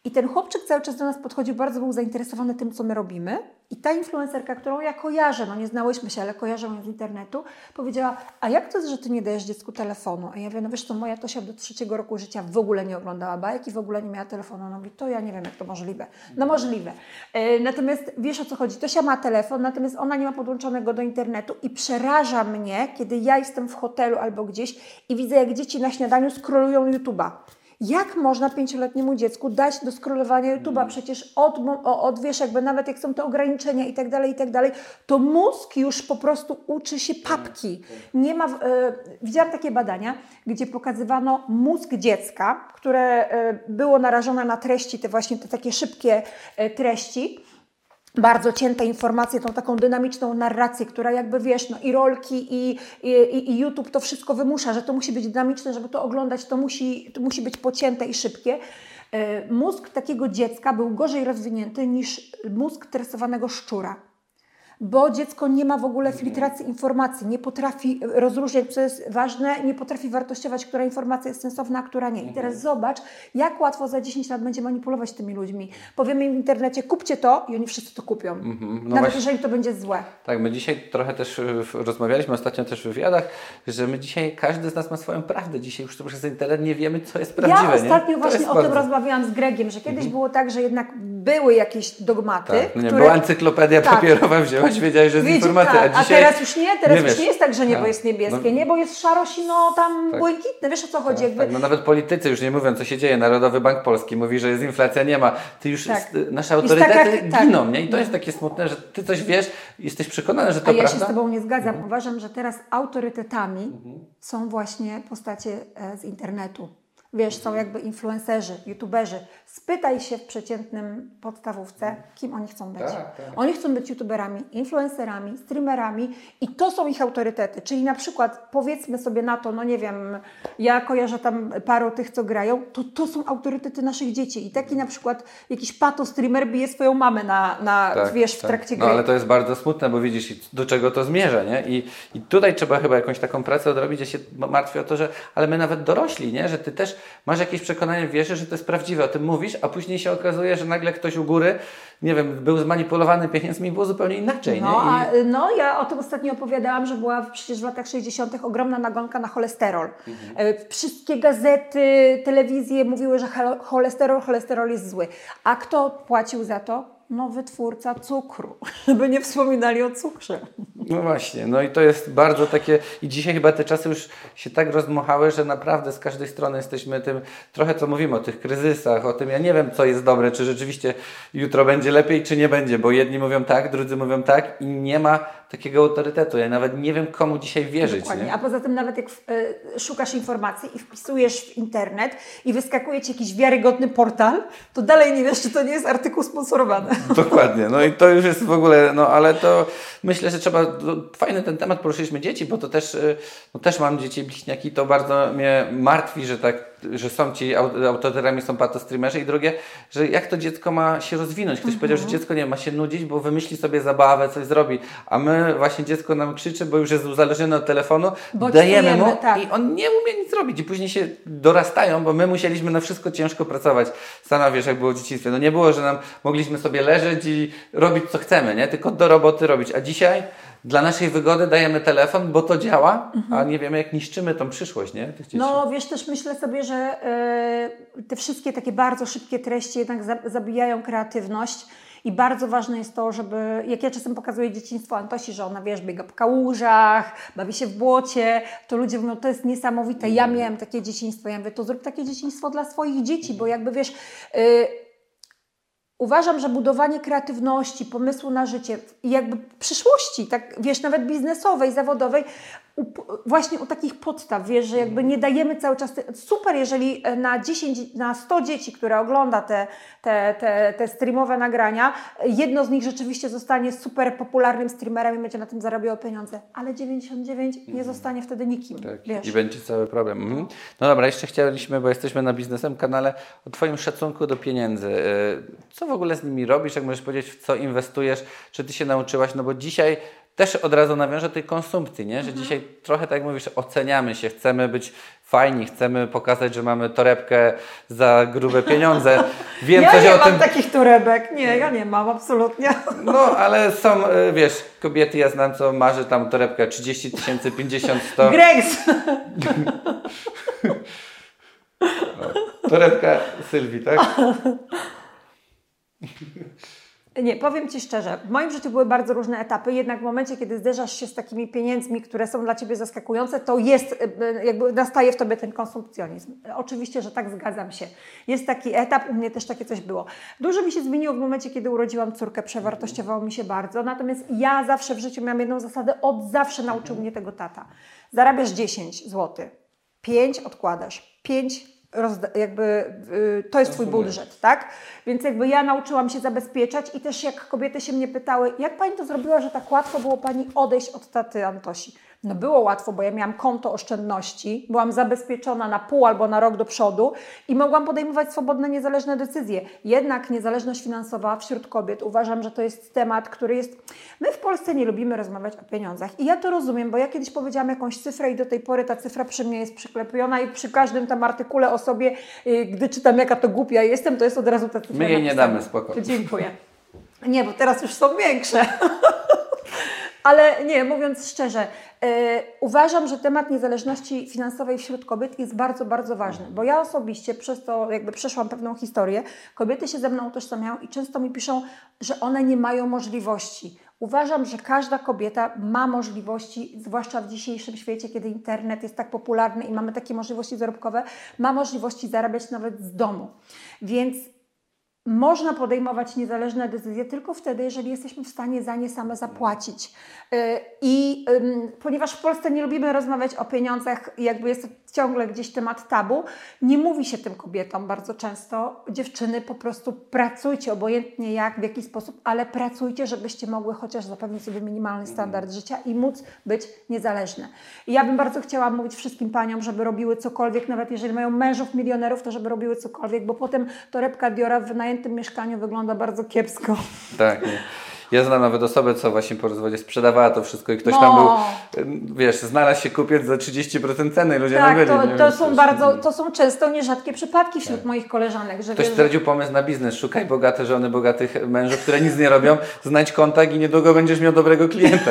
S1: I ten chłopczyk cały czas do nas podchodził, bardzo był zainteresowany tym, co my robimy. I ta influencerka, którą ja kojarzę, no nie znałyśmy się, ale kojarzę ją z internetu, powiedziała, a jak to jest, że ty nie dajesz dziecku telefonu? A ja mówię, no wiesz co, moja Tosia do trzeciego roku życia w ogóle nie oglądała bajek i w ogóle nie miała telefonu. No mówi, to ja nie wiem, jak to możliwe. No możliwe. E, natomiast wiesz, o co chodzi? Tosia ma telefon, natomiast ona nie ma podłączonego do internetu i przeraża mnie, kiedy ja jestem w hotelu albo gdzieś i widzę, jak dzieci na śniadaniu scrollują YouTube'a. Jak można pięcioletniemu dziecku dać do scrollowania YouTube'a? Przecież od, od, wiesz, jakby nawet jak są te ograniczenia i tak dalej, i tak dalej, to mózg już po prostu uczy się papki. Nie ma, e, widziałam takie badania, gdzie pokazywano mózg dziecka, które e, było narażone na treści, te właśnie te takie szybkie e, treści, bardzo cięte informacje, tą taką dynamiczną narrację, która jakby wiesz, no i rolki i, i, i YouTube to wszystko wymusza, że to musi być dynamiczne, żeby to oglądać, to musi, to musi być pocięte i szybkie. Mózg takiego dziecka był gorzej rozwinięty niż mózg tresowanego szczura. Bo dziecko nie ma w ogóle filtracji informacji, nie potrafi rozróżniać, co jest ważne, nie potrafi wartościować, która informacja jest sensowna, a która nie. I teraz zobacz, jak łatwo za dziesięć lat będzie manipulować tymi ludźmi. Powiemy im w internecie, kupcie to i oni wszyscy to kupią. Mm-hmm. No Nawet właśnie, jeżeli to będzie złe.
S2: Tak, my dzisiaj trochę też rozmawialiśmy ostatnio też w wywiadach, że my dzisiaj, każdy z nas ma swoją prawdę. Dzisiaj już przez internet nie wiemy, co jest prawdziwe.
S1: Ja ostatnio
S2: nie?
S1: właśnie o
S2: bardzo...
S1: tym rozmawiałam z Gregiem, że kiedyś mm-hmm. było tak, że jednak były jakieś dogmaty.
S2: Tak, nie,
S1: które...
S2: była encyklopedia
S1: tak.
S2: papierowa, wzięłaś, wiedziałeś, że jest
S1: Widzi,
S2: informacja,
S1: tak.
S2: a dzisiaj...
S1: A teraz już nie, teraz
S2: nie
S1: już nie jest tak, że niebo
S2: tak.
S1: jest niebieskie,
S2: no,
S1: niebo jest szaro-sino tam
S2: tak.
S1: błękitne, wiesz o co chodzi?
S2: Tak,
S1: jakby...
S2: tak. No nawet politycy już nie mówią, co się dzieje. Narodowy Bank Polski mówi, że jest inflacja, nie ma. Ty już,
S1: tak.
S2: jest, nasze autorytety
S1: taka,
S2: giną,
S1: tak.
S2: nie? I to jest takie smutne, że ty coś wiesz, jesteś przekonany, że to
S1: A
S2: prawda.
S1: ja się z Tobą nie zgadzam.
S2: Mhm.
S1: Uważam, że teraz autorytetami
S2: Mhm.
S1: są właśnie postacie z internetu. Wiesz, są jakby influencerzy, youtuberzy. Spytaj się w przeciętnym podstawówce, kim oni chcą być.
S2: Tak, tak.
S1: Oni chcą być youtuberami, influencerami, streamerami i to są ich autorytety. Czyli na przykład powiedzmy sobie na to, no nie wiem, ja kojarzę tam paru tych, co grają, to to są autorytety naszych dzieci. I taki na przykład jakiś pato streamer bije swoją mamę na, na
S2: Tak,
S1: wiesz, w
S2: tak.
S1: trakcie
S2: no,
S1: gry.
S2: ale to jest bardzo smutne, bo widzisz, do czego to zmierza, nie? I, I tutaj trzeba chyba jakąś taką pracę odrobić. Ja się martwię o to, że ale my nawet dorośli, nie? Że ty też masz jakieś przekonanie, wierzysz, że to jest prawdziwe, o tym mówisz, a później się okazuje, że nagle ktoś u góry, nie wiem, był zmanipulowany pieniędzmi i było zupełnie inaczej.
S1: No,
S2: nie? I...
S1: a, no ja o tym ostatnio opowiadałam, że była przecież w latach sześćdziesiątych ogromna nagonka na cholesterol. Mhm. Wszystkie gazety, telewizje mówiły, że cholesterol, cholesterol jest zły. A kto płacił za to? No wytwórca cukru, żeby nie wspominali o cukrze.
S2: No właśnie, no i to jest bardzo takie, i dzisiaj chyba te czasy już się tak rozdmuchały, że naprawdę z każdej strony jesteśmy tym, trochę co mówimy o tych kryzysach, o tym, ja nie wiem, co jest dobre, czy rzeczywiście jutro będzie lepiej, czy nie będzie, bo jedni mówią tak, drudzy mówią tak i nie ma takiego autorytetu. Ja nawet nie wiem, komu dzisiaj wierzyć.
S1: Dokładnie.
S2: Nie?
S1: A poza tym nawet jak w, y, szukasz informacji i wpisujesz w internet i wyskakuje Ci jakiś wiarygodny portal, to dalej nie wiesz, czy to nie jest artykuł sponsorowany.
S2: Dokładnie. No i to już jest w ogóle, no ale to myślę, że trzeba, fajny ten temat, poruszyliśmy dzieci, bo to też, no też mam dzieci bliźniaki, to bardzo mnie martwi, że tak, że są ci autorytetami, są patostreamerzy i drugie, że jak to dziecko ma się rozwinąć. Ktoś mhm. powiedział, że dziecko nie ma się nudzić, bo wymyśli sobie zabawę, coś zrobi, a my właśnie dziecko nam krzyczy, bo już jest uzależnione od telefonu, dajemy mu tak. i on nie umie nic zrobić i później się dorastają, bo my musieliśmy na wszystko ciężko pracować. Sama wiesz, jak było w dzieciństwie. No nie było, że nam mogliśmy sobie leżeć i robić co chcemy, nie? Tylko do roboty robić, a dzisiaj dla naszej wygody dajemy telefon, bo to działa, mhm. a nie wiemy, jak niszczymy tą przyszłość, nie? Tych dzieci.
S1: No wiesz, też myślę sobie, że yy, te wszystkie takie bardzo szybkie treści jednak za, zabijają kreatywność i bardzo ważne jest to, żeby, jak ja czasem pokazuję dzieciństwo Antosi, że ona, wiesz, biega po kałużach, bawi się w błocie, to ludzie mówią, to jest niesamowite, ja miałem takie dzieciństwo, ja mówię, to zrób takie dzieciństwo dla swoich dzieci, bo jakby wiesz... Yy, Uważam, że budowanie kreatywności, pomysłu na życie i jakby przyszłości, tak wiesz, nawet biznesowej, zawodowej, u, właśnie u takich podstaw, wiesz, że jakby nie dajemy cały czas, super jeżeli na dziesięć, na sto dzieci, które ogląda te, te, te, te streamowe nagrania, jedno z nich rzeczywiście zostanie super popularnym streamerem i będzie na tym zarabiało pieniądze, ale dziewięćdziesiąt dziewięć nie zostanie wtedy nikim,
S2: tak.
S1: wiesz.
S2: I będzie cały problem. Mhm. No dobra, jeszcze chcieliśmy, bo jesteśmy na biznesem kanale, o Twoim szacunku do pieniędzy. Co w ogóle z nimi robisz? Jak możesz powiedzieć, w co inwestujesz? Czy Ty się nauczyłaś? No bo dzisiaj też od razu nawiążę do tej konsumpcji, nie? Że mhm. dzisiaj trochę tak jak mówisz, oceniamy się, chcemy być fajni, chcemy pokazać, że mamy torebkę za grube pieniądze. Wiem
S1: ja
S2: coś
S1: nie
S2: o
S1: mam
S2: tym...
S1: takich torebek, nie, ja nie mam, absolutnie.
S2: No, ale są, wiesz, kobiety, ja znam, co marzy tam torebkę trzydzieści tysięcy, pięćdziesiąt, sto.
S1: Gregs!
S2: Torebka Sylwii, tak?
S1: Nie, powiem Ci szczerze, w moim życiu były bardzo różne etapy, jednak w momencie, kiedy zderzasz się z takimi pieniędzmi, które są dla Ciebie zaskakujące, to jest, jakby nastaje w Tobie ten konsumpcjonizm. Oczywiście, że tak, zgadzam się. Jest taki etap, u mnie też takie coś było. Dużo mi się zmieniło w momencie, kiedy urodziłam córkę, przewartościowało mi się bardzo, natomiast ja zawsze w życiu miałam jedną zasadę, od zawsze nauczył mnie tego tata. Zarabiasz dziesięć złotych, pięć odkładasz, pięć Rozda- jakby y, to jest Twój budżet, tak? Więc jakby ja nauczyłam się zabezpieczać i też jak kobiety się mnie pytały, jak Pani to zrobiła, że tak łatwo było Pani odejść od taty Antosi? No było łatwo, bo ja miałam konto oszczędności, byłam zabezpieczona na pół albo na rok do przodu i mogłam podejmować swobodne, niezależne decyzje. Jednak niezależność finansowa wśród kobiet uważam, że to jest temat, który jest... My w Polsce nie lubimy rozmawiać o pieniądzach i ja to rozumiem, bo ja kiedyś powiedziałam jakąś cyfrę i do tej pory ta cyfra przy mnie jest przyklepiona i przy każdym tam artykule o sobie, gdy czytam jaka to głupia jestem, to jest od razu ta cyfra.
S2: My jej nie damy, spokojnie.
S1: Dziękuję. Nie, bo teraz już są większe. Ale nie, mówiąc szczerze, yy, uważam, że temat niezależności finansowej wśród kobiet jest bardzo, bardzo ważny, bo ja osobiście przez to jakby przeszłam pewną historię, kobiety się ze mną utożsamiają i często mi piszą, że one nie mają możliwości. Uważam, że każda kobieta ma możliwości, zwłaszcza w dzisiejszym świecie, kiedy internet jest tak popularny i mamy takie możliwości zarobkowe, ma możliwości zarabiać nawet z domu. Więc można podejmować niezależne decyzje tylko wtedy, jeżeli jesteśmy w stanie za nie same zapłacić. I ponieważ w Polsce nie lubimy rozmawiać o pieniądzach, jakby jest to ciągle gdzieś temat tabu, nie mówi się tym kobietom bardzo często. Dziewczyny, po prostu pracujcie, obojętnie jak, w jaki sposób, ale pracujcie, żebyście mogły chociaż zapewnić sobie minimalny standard życia i móc być niezależne. I ja bym bardzo chciała mówić wszystkim paniom, żeby robiły cokolwiek, nawet jeżeli mają mężów milionerów, to żeby robiły cokolwiek, bo potem torebka Diora w wynajętym mieszkaniu wygląda bardzo kiepsko.
S2: Tak, nie. Ja znam nawet osobę, co właśnie po rozwodzie sprzedawała to wszystko i ktoś
S1: no.
S2: tam był, wiesz, znalazł się kupiec za trzydzieści procent ceny, ludzie
S1: tak,
S2: nabyli.
S1: To,
S2: nie?
S1: to,
S2: Więc
S1: są
S2: też,
S1: bardzo, to są często nierzadkie przypadki wśród
S2: tak.
S1: moich koleżanek. Że
S2: Ktoś
S1: wiesz,
S2: stwierdził pomysł na biznes, szukaj bogate żony, bogatych mężów, które nic nie robią, znajdź kontakt i niedługo będziesz miał dobrego klienta.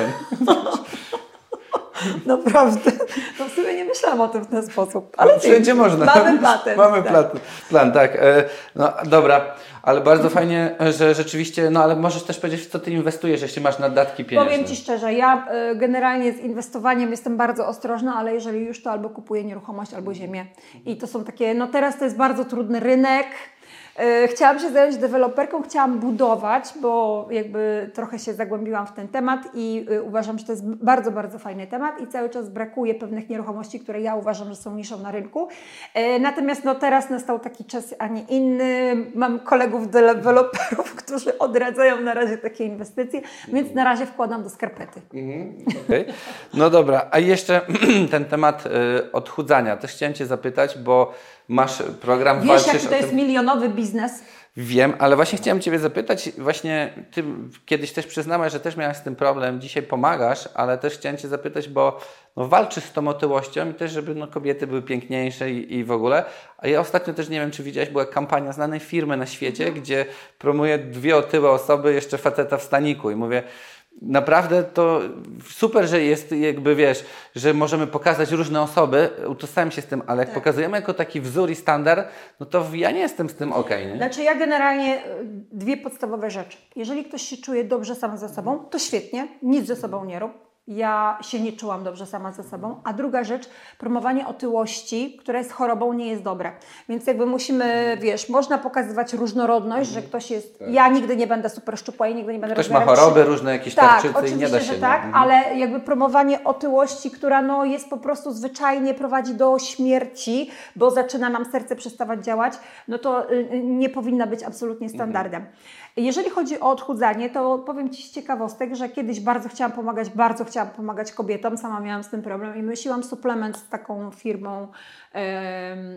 S1: Naprawdę. No w sumie nie myślałam o tym w ten sposób. Ale
S2: wszędzie można.
S1: Mamy patent.
S2: Mamy
S1: tak.
S2: plan, plan, tak. No dobra, ale bardzo fajnie, że rzeczywiście, no ale możesz też powiedzieć, w co Ty inwestujesz, jeśli masz naddatki pieniężne.
S1: Powiem Ci szczerze, ja y, generalnie z inwestowaniem jestem bardzo ostrożna, ale jeżeli już to albo kupuję nieruchomość, albo ziemię. I to są takie, no teraz to jest bardzo trudny rynek. Chciałam się zająć deweloperką, chciałam budować, bo jakby trochę się zagłębiłam w ten temat i uważam, że to jest bardzo, bardzo fajny temat i cały czas brakuje pewnych nieruchomości, które ja uważam, że są niszą na rynku. Natomiast no teraz nastał taki czas, a nie inny. Mam kolegów deweloperów, którzy odradzają na razie takie inwestycje, więc na razie wkładam do skarpety.
S2: Mhm, okay. No dobra, a jeszcze ten temat y, odchudzania. Też chciałem Cię zapytać, bo masz program,
S1: Wiesz,
S2: walczysz
S1: jaki to
S2: o
S1: jest
S2: tym...
S1: milionowy biznes?
S2: Wiem, ale właśnie chciałem Ciebie zapytać, właśnie Ty kiedyś też przyznałaś, że też miałaś z tym problem, dzisiaj pomagasz, ale też chciałem Cię zapytać, bo no, walczysz z tą otyłością i też, żeby no, kobiety były piękniejsze i, i w ogóle. A ja ostatnio też nie wiem, czy widziałaś, była kampania znanej firmy na świecie, mhm. gdzie promuje dwie otyłe osoby, jeszcze faceta w staniku i mówię, naprawdę to super, że jest jakby, wiesz, że możemy pokazać różne osoby, utożsamiam się z tym, ale jak tak. pokazujemy jako taki wzór i standard, no to ja nie jestem z tym okej. Okay,
S1: znaczy ja generalnie dwie podstawowe rzeczy. Jeżeli ktoś się czuje dobrze sam ze sobą, to świetnie, nic ze sobą nie rób. Ja się nie czułam dobrze sama ze sobą. A druga rzecz, promowanie otyłości, która jest chorobą, nie jest dobre. Więc jakby musimy, wiesz, można pokazywać różnorodność, że ktoś jest... Tak. Ja nigdy nie będę super szczupła i nigdy nie będę
S2: Ktoś ma choroby przy... różne, jakieś
S1: tak,
S2: tarczycy i nie da się...
S1: że tak,
S2: mhm.
S1: ale jakby promowanie otyłości, która no jest po prostu zwyczajnie prowadzi do śmierci, bo zaczyna nam serce przestawać działać, no to nie powinna być absolutnie standardem. Mhm. Jeżeli chodzi o odchudzanie, to powiem Ci z ciekawostek, że kiedyś bardzo chciałam pomagać, bardzo chciałam pomagać kobietom, sama miałam z tym problem i myśliłam suplement z taką firmą, um,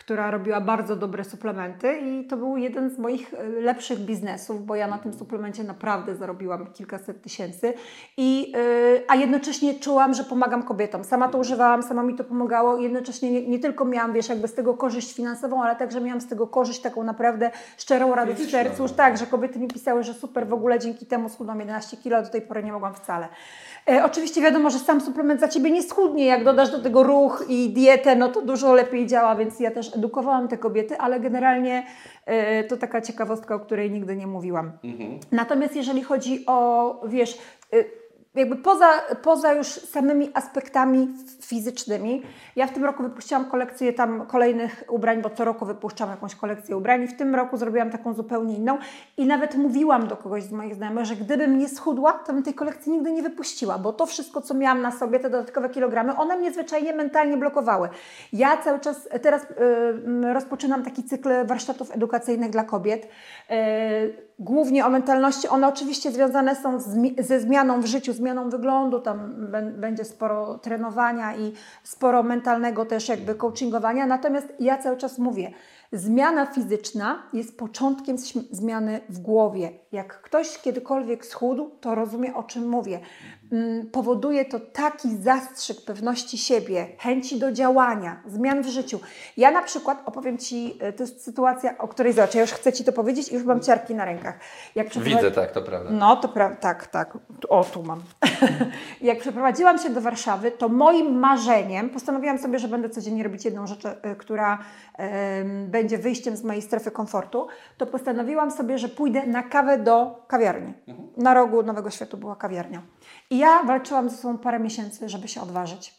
S1: która robiła bardzo dobre suplementy i to był jeden z moich lepszych biznesów, bo ja na tym suplemencie naprawdę zarobiłam kilkaset tysięcy, i, yy, a jednocześnie czułam, że pomagam kobietom. Sama to używałam, sama mi to pomagało i jednocześnie nie, nie tylko miałam, wiesz, jakby z tego korzyść finansową, ale także miałam z tego korzyść taką naprawdę szczerą radość w sercu. Już tak, że kobiety mi pisały, że super, w ogóle dzięki temu schudłam jedenaście kilo, a do tej pory nie mogłam wcale. E, oczywiście wiadomo, że sam suplement za Ciebie nie schudnie, jak dodasz do tego ruch i dietę, no to dużo lepiej działa, więc ja też edukowałam te kobiety, ale generalnie e, to taka ciekawostka, o której nigdy nie mówiłam. Mhm. Natomiast jeżeli chodzi o, wiesz, e, jakby poza, poza już samymi aspektami fizycznymi, ja w tym roku wypuściłam kolekcję tam kolejnych ubrań, bo co roku wypuszczam jakąś kolekcję ubrań i w tym roku zrobiłam taką zupełnie inną i nawet mówiłam do kogoś z moich znajomych, że gdybym nie schudła, to bym tej kolekcji nigdy nie wypuściła, bo to wszystko, co miałam na sobie, te dodatkowe kilogramy, one mnie zwyczajnie mentalnie blokowały. Ja cały czas teraz yy, rozpoczynam taki cykl warsztatów edukacyjnych dla kobiet, yy, głównie o mentalności. One oczywiście związane są z, ze zmianą w życiu, zmianą wyglądu, tam będzie sporo trenowania i sporo mentalnego też jakby coachingowania, natomiast ja cały czas mówię, zmiana fizyczna jest początkiem zmiany w głowie. Jak ktoś kiedykolwiek schudł, to rozumie, o czym mówię. Powoduje to taki zastrzyk pewności siebie, chęci do działania, zmian w życiu. Ja na przykład, opowiem Ci, to jest sytuacja, o której zobacz, ja już chcę Ci to powiedzieć i już mam ciarki na rękach. Jak przeprowadzi...
S2: Widzę, tak, to prawda.
S1: No, to prawda, tak, tak. O, tu mam. Jak przeprowadziłam się do Warszawy, to moim marzeniem, postanowiłam sobie, że będę codziennie robić jedną rzecz, która um, będzie wyjściem z mojej strefy komfortu, to postanowiłam sobie, że pójdę na kawę do kawiarni. Mhm. Na rogu Nowego Światu była kawiarnia. I ja walczyłam ze sobą parę miesięcy, żeby się odważyć.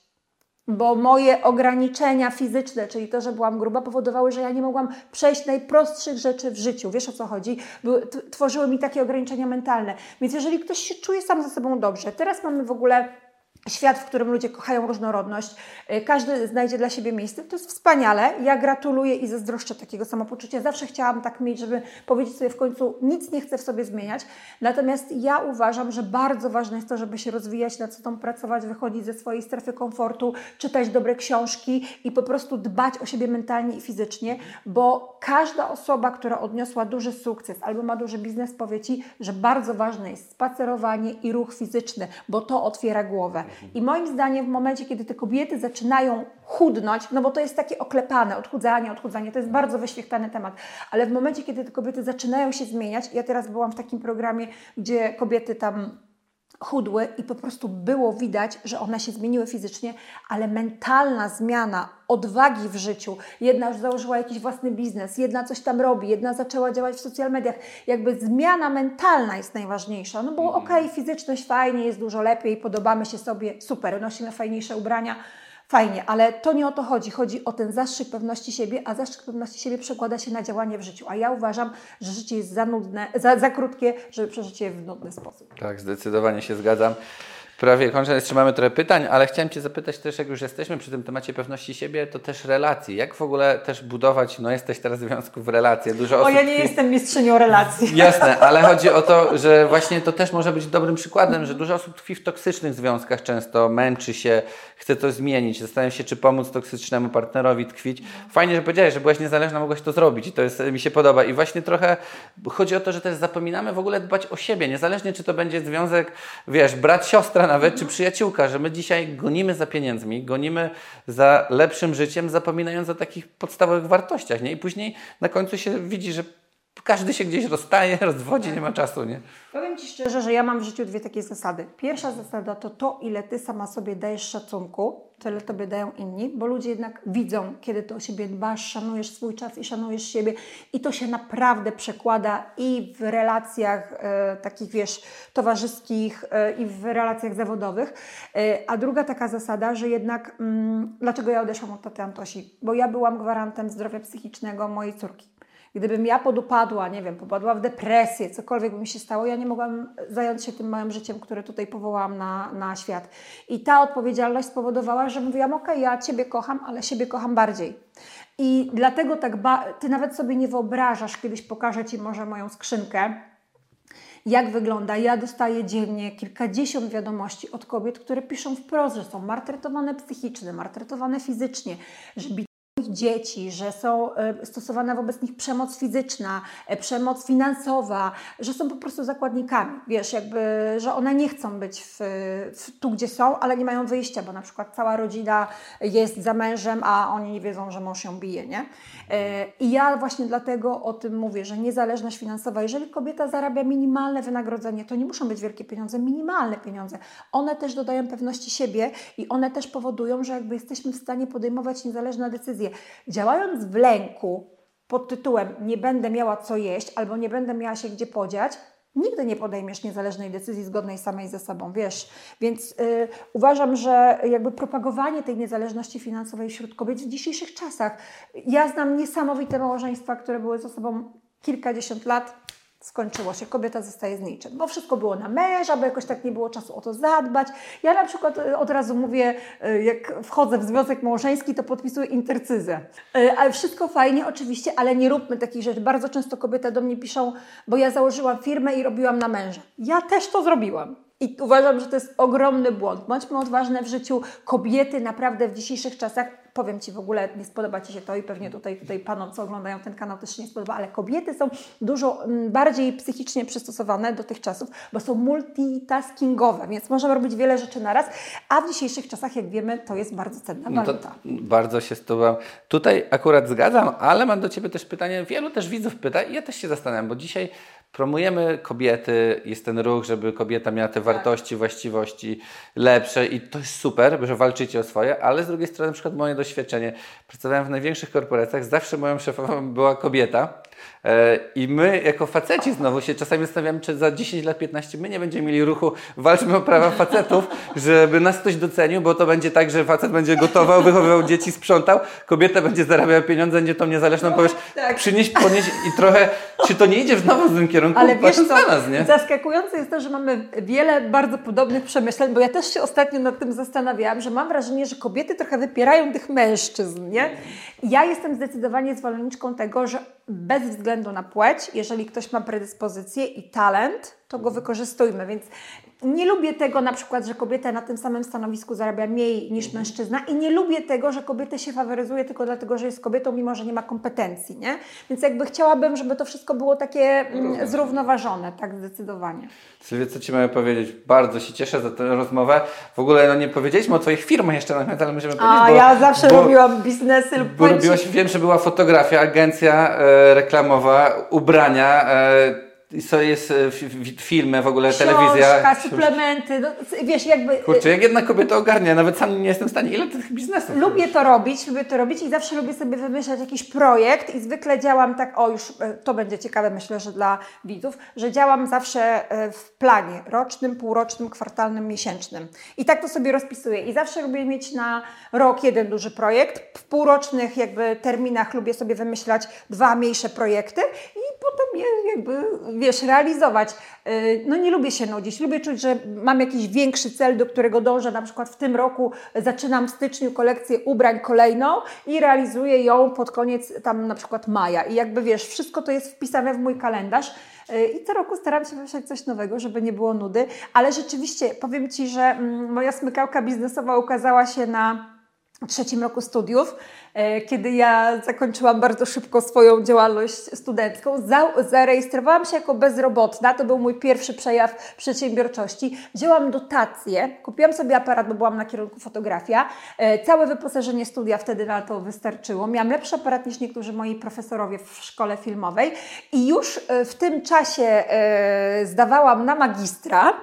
S1: Bo moje ograniczenia fizyczne, czyli to, że byłam gruba, powodowały, że ja nie mogłam przejść najprostszych rzeczy w życiu. Wiesz, o co chodzi? Były, t- tworzyły mi takie ograniczenia mentalne. Więc jeżeli ktoś się czuje sam ze sobą dobrze, teraz mamy w ogóle świat, w którym ludzie kochają różnorodność, każdy znajdzie dla siebie miejsce, to jest wspaniale. Ja gratuluję i zazdroszczę takiego samopoczucia. Zawsze chciałam tak mieć, żeby powiedzieć sobie w końcu, nic nie chcę w sobie zmieniać. Natomiast ja uważam, że bardzo ważne jest to, żeby się rozwijać, nad sobą pracować, wychodzić ze swojej strefy komfortu, czytać dobre książki i po prostu dbać o siebie mentalnie i fizycznie, bo każda osoba, która odniosła duży sukces albo ma duży biznes, powie Ci, że bardzo ważne jest spacerowanie i ruch fizyczny, bo to otwiera głowę. I moim zdaniem w momencie, kiedy te kobiety zaczynają chudnąć, no bo to jest takie oklepane, odchudzanie, odchudzanie, to jest bardzo wyświechtany temat, ale w momencie, kiedy te kobiety zaczynają się zmieniać, ja teraz byłam w takim programie, gdzie kobiety tam chudły i po prostu było widać, że one się zmieniły fizycznie, ale mentalna zmiana, odwagi w życiu, jedna już założyła jakiś własny biznes, jedna coś tam robi, jedna zaczęła działać w social mediach, jakby zmiana mentalna jest najważniejsza, no bo mm. okej, okay, fizyczność fajnie, jest dużo lepiej, podobamy się sobie, super, nosimy fajniejsze ubrania, fajnie, ale to nie o to chodzi. Chodzi o ten zastrzyk pewności siebie, a zastrzyk pewności siebie przekłada się na działanie w życiu. A ja uważam, że życie jest za nudne, za, za krótkie, żeby przeżyć je w nudny sposób.
S2: Tak, zdecydowanie się zgadzam. Prawie kończę, jeszcze mamy trochę pytań, ale chciałem Cię zapytać też, jak już jesteśmy przy tym temacie pewności siebie, to też relacje. Jak w ogóle też budować, no jesteś teraz w związku w relacje, dużo osób...
S1: O, ja nie tkwi... jestem mistrzynią relacji.
S2: Jasne, ale chodzi o to, że właśnie to też może być dobrym przykładem, że dużo osób tkwi w toksycznych związkach często, męczy się, chce to zmienić, zastanawia się, czy pomóc toksycznemu partnerowi tkwić. Fajnie, że powiedziałeś, że byłaś niezależna, mogłaś to zrobić i to jest, mi się podoba. I właśnie trochę chodzi o to, że też zapominamy w ogóle dbać o siebie, niezależnie czy to będzie związek, wiesz, brat, siostra nawet, czy przyjaciółka, że my dzisiaj gonimy za pieniędzmi, gonimy za lepszym życiem, zapominając o takich podstawowych wartościach, nie? I później na końcu się widzi, że każdy się gdzieś rozstaje, rozwodzi, nie ma czasu, nie?
S1: Powiem Ci szczerze, że ja mam w życiu dwie takie zasady. Pierwsza zasada to to, ile Ty sama sobie dajesz szacunku, tyle Tobie dają inni, bo ludzie jednak widzą, kiedy Ty o siebie dbasz, szanujesz swój czas i szanujesz siebie i to się naprawdę przekłada i w relacjach e, takich, wiesz, towarzyskich e, i w relacjach zawodowych. E, a druga taka zasada, że jednak, mm, dlaczego ja odeszłam od taty Antosi? Bo ja byłam gwarantem zdrowia psychicznego mojej córki. Gdybym ja podupadła, nie wiem, popadła w depresję, cokolwiek by mi się stało, ja nie mogłam zająć się tym małym życiem, które tutaj powołałam na, na świat. I ta odpowiedzialność spowodowała, że mówiłam, okej, okay, ja Ciebie kocham, ale siebie kocham bardziej. I dlatego tak, ba- Ty nawet sobie nie wyobrażasz, kiedyś pokażę Ci może moją skrzynkę, jak wygląda. Ja dostaję dziennie kilkadziesiąt wiadomości od kobiet, które piszą wprost, że są maltretowane psychicznie, maltretowane fizycznie, że ich dzieci, że są stosowana wobec nich przemoc fizyczna, przemoc finansowa, że są po prostu zakładnikami. Wiesz, jakby, że one nie chcą być w, w, tu, gdzie są, ale nie mają wyjścia, bo na przykład cała rodzina jest za mężem, a oni nie wiedzą, że mąż ją bije, nie? I ja właśnie dlatego o tym mówię, że niezależność finansowa, jeżeli kobieta zarabia minimalne wynagrodzenie, to nie muszą być wielkie pieniądze, minimalne pieniądze. One też dodają pewności siebie i one też powodują, że jakby jesteśmy w stanie podejmować niezależne decyzje. Działając w lęku pod tytułem nie będę miała co jeść albo nie będę miała się gdzie podziać, nigdy nie podejmiesz niezależnej decyzji zgodnej samej ze sobą, wiesz. Więc yy, uważam, że jakby propagowanie tej niezależności finansowej wśród kobiet w dzisiejszych czasach. Ja znam niesamowite małżeństwa, które były ze sobą kilkadziesiąt lat, skończyło się, kobieta zostaje z niczym, bo wszystko było na męża, bo jakoś tak nie było czasu o to zadbać. Ja na przykład od razu mówię, jak wchodzę w związek małżeński, to podpisuję intercyzę. Ale wszystko fajnie oczywiście, ale nie róbmy takich rzeczy. Bardzo często kobiety do mnie piszą, bo ja założyłam firmę i robiłam na męża. Ja też to zrobiłam. I uważam, że to jest ogromny błąd. Bądźmy odważne w życiu. Kobiety naprawdę w dzisiejszych czasach, powiem Ci w ogóle, nie spodoba Ci się to i pewnie tutaj, tutaj panom, co oglądają ten kanał, też się nie spodoba, ale kobiety są dużo bardziej psychicznie przystosowane do tych czasów, bo są multitaskingowe, więc można robić wiele rzeczy naraz, a w dzisiejszych czasach, jak wiemy, to jest bardzo cenna
S2: no
S1: waluta.
S2: To bardzo się z Tobą tutaj akurat zgadzam, ale mam do Ciebie też pytanie, wielu też widzów pyta i ja też się zastanawiam, bo dzisiaj promujemy kobiety, jest ten ruch, żeby kobieta miała te wartości, właściwości lepsze i to jest super, że walczycie o swoje, ale z drugiej strony na przykład moje doświadczenie, pracowałem w największych korporacjach, zawsze moją szefową była kobieta i my jako faceci znowu się czasami zastanawiamy, czy za dziesięć lat, piętnaście my nie będziemy mieli ruchu, walczmy o prawa facetów, żeby nas ktoś docenił, bo to będzie tak, że facet będzie gotował, wychowywał dzieci, sprzątał, kobieta będzie zarabiała pieniądze, będzie tą niezależną, no, powiesz, tak. przynieść, ponieść i trochę, czy to nie idzie znowu w tym kierunku,
S1: ale wiesz co,
S2: na nas, nie?
S1: Zaskakujące jest to, że mamy wiele bardzo podobnych przemyśleń, bo ja też się ostatnio nad tym zastanawiałam, że mam wrażenie, że kobiety trochę wypierają tych mężczyzn, nie? Ja jestem zdecydowanie zwolenniczką tego, że bez względu na płeć, jeżeli ktoś ma predyspozycję i talent, to go wykorzystujmy, więc nie lubię tego na przykład, że kobieta na tym samym stanowisku zarabia mniej niż mężczyzna i nie lubię tego, że kobietę się faworyzuje tylko dlatego, że jest kobietą, mimo że nie ma kompetencji, nie? Więc jakby chciałabym, żeby to wszystko było takie mm, zrównoważone, tak zdecydowanie.
S2: Sylwia, co Ci mogę powiedzieć? Bardzo się cieszę za tę rozmowę. W ogóle no nie powiedzieliśmy o Twoich firmach jeszcze na chwilę, ale możemy powiedzieć,
S1: A,
S2: bo,
S1: ja zawsze
S2: bo,
S1: robiłam biznesy lub
S2: bo robiłaś, wiem, że była fotografia, agencja e, reklamowa, ubrania, e, I co jest filmy, w ogóle
S1: książka,
S2: telewizja.
S1: suplementy, no, wiesz, jakby...
S2: Kurczę, jak jedna kobieta ogarnia, nawet sam nie jestem w stanie, ile tych biznesów?
S1: Lubię to robić, lubię to robić i zawsze lubię sobie wymyślać jakiś projekt i zwykle działam tak, o już to będzie ciekawe, myślę, że dla widzów, że działam zawsze w planie rocznym, półrocznym, kwartalnym, miesięcznym. I tak to sobie rozpisuję i zawsze lubię mieć na rok jeden duży projekt, w półrocznych jakby terminach lubię sobie wymyślać dwa mniejsze projekty i potem je jakby, wiesz, realizować. No nie lubię się nudzić, lubię czuć, że mam jakiś większy cel, do którego dążę. Na przykład w tym roku zaczynam w styczniu kolekcję ubrań kolejną i realizuję ją pod koniec tam na przykład maja. I jakby wiesz, wszystko to jest wpisane w mój kalendarz. I co roku staram się wymyślać coś nowego, żeby nie było nudy. Ale rzeczywiście powiem Ci, że moja smykałka biznesowa ukazała się na trzecim roku studiów, kiedy ja zakończyłam bardzo szybko swoją działalność studencką. Za, zarejestrowałam się jako bezrobotna, to był mój pierwszy przejaw przedsiębiorczości. Wzięłam dotację, kupiłam sobie aparat, bo byłam na kierunku fotografia. Całe wyposażenie studia wtedy na to wystarczyło. Miałam lepszy aparat niż niektórzy moi profesorowie w szkole filmowej i już w tym czasie zdawałam na magistra.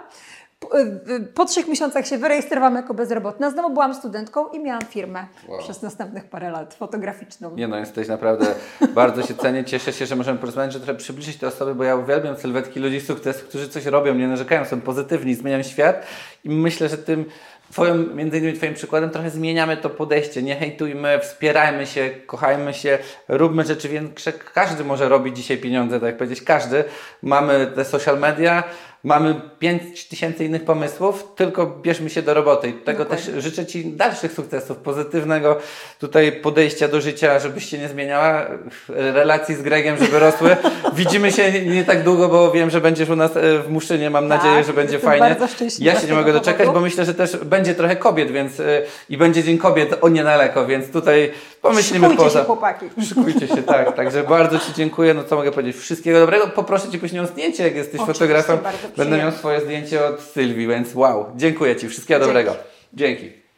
S1: Po trzech miesiącach się wyrejestrowałam jako bezrobotna, znowu byłam studentką i miałam firmę wow. przez następnych parę lat fotograficzną.
S2: Nie no, jesteś naprawdę, bardzo się cenię, cieszę się, że możemy porozmawiać, że trochę przybliżyć te osoby, bo ja uwielbiam sylwetki ludzi sukcesu, którzy coś robią, nie narzekają, są pozytywni, zmieniają świat i myślę, że tym Twoim, między innymi Twoim przykładem trochę zmieniamy to podejście, nie hejtujmy, wspierajmy się, kochajmy się, róbmy rzeczy większe, każdy może robić dzisiaj pieniądze, tak jak powiedzieć, każdy, mamy te social media, mamy pięć tysięcy innych pomysłów, tylko bierzmy się do roboty i tego Dokładnie. Też życzę Ci dalszych sukcesów, pozytywnego tutaj podejścia do życia, żebyś się nie zmieniała, relacji z Gregiem, żeby rosły. Widzimy się nie, nie tak długo, bo wiem, że będziesz u nas w Muszynie, mam tak, nadzieję, że będzie fajnie. Ja się nie mogę doczekać, bo myślę, że też będzie będzie trochę kobiet, więc y, i będzie Dzień Kobiet o niedaleko, więc tutaj pomyślimy
S1: Szykujcie
S2: poza...
S1: się, chłopaki.
S2: Szykujcie się, tak. Także bardzo Ci dziękuję. No co mogę powiedzieć? Wszystkiego dobrego. Poproszę Cię później o zdjęcie, jak jesteś
S1: Oczywiście,
S2: fotografem.
S1: bardzo
S2: Będę miał
S1: przyjemnie.
S2: swoje zdjęcie od Sylwii, więc wow. Dziękuję Ci. Wszystkiego
S1: Dzięki.
S2: dobrego. Dzięki.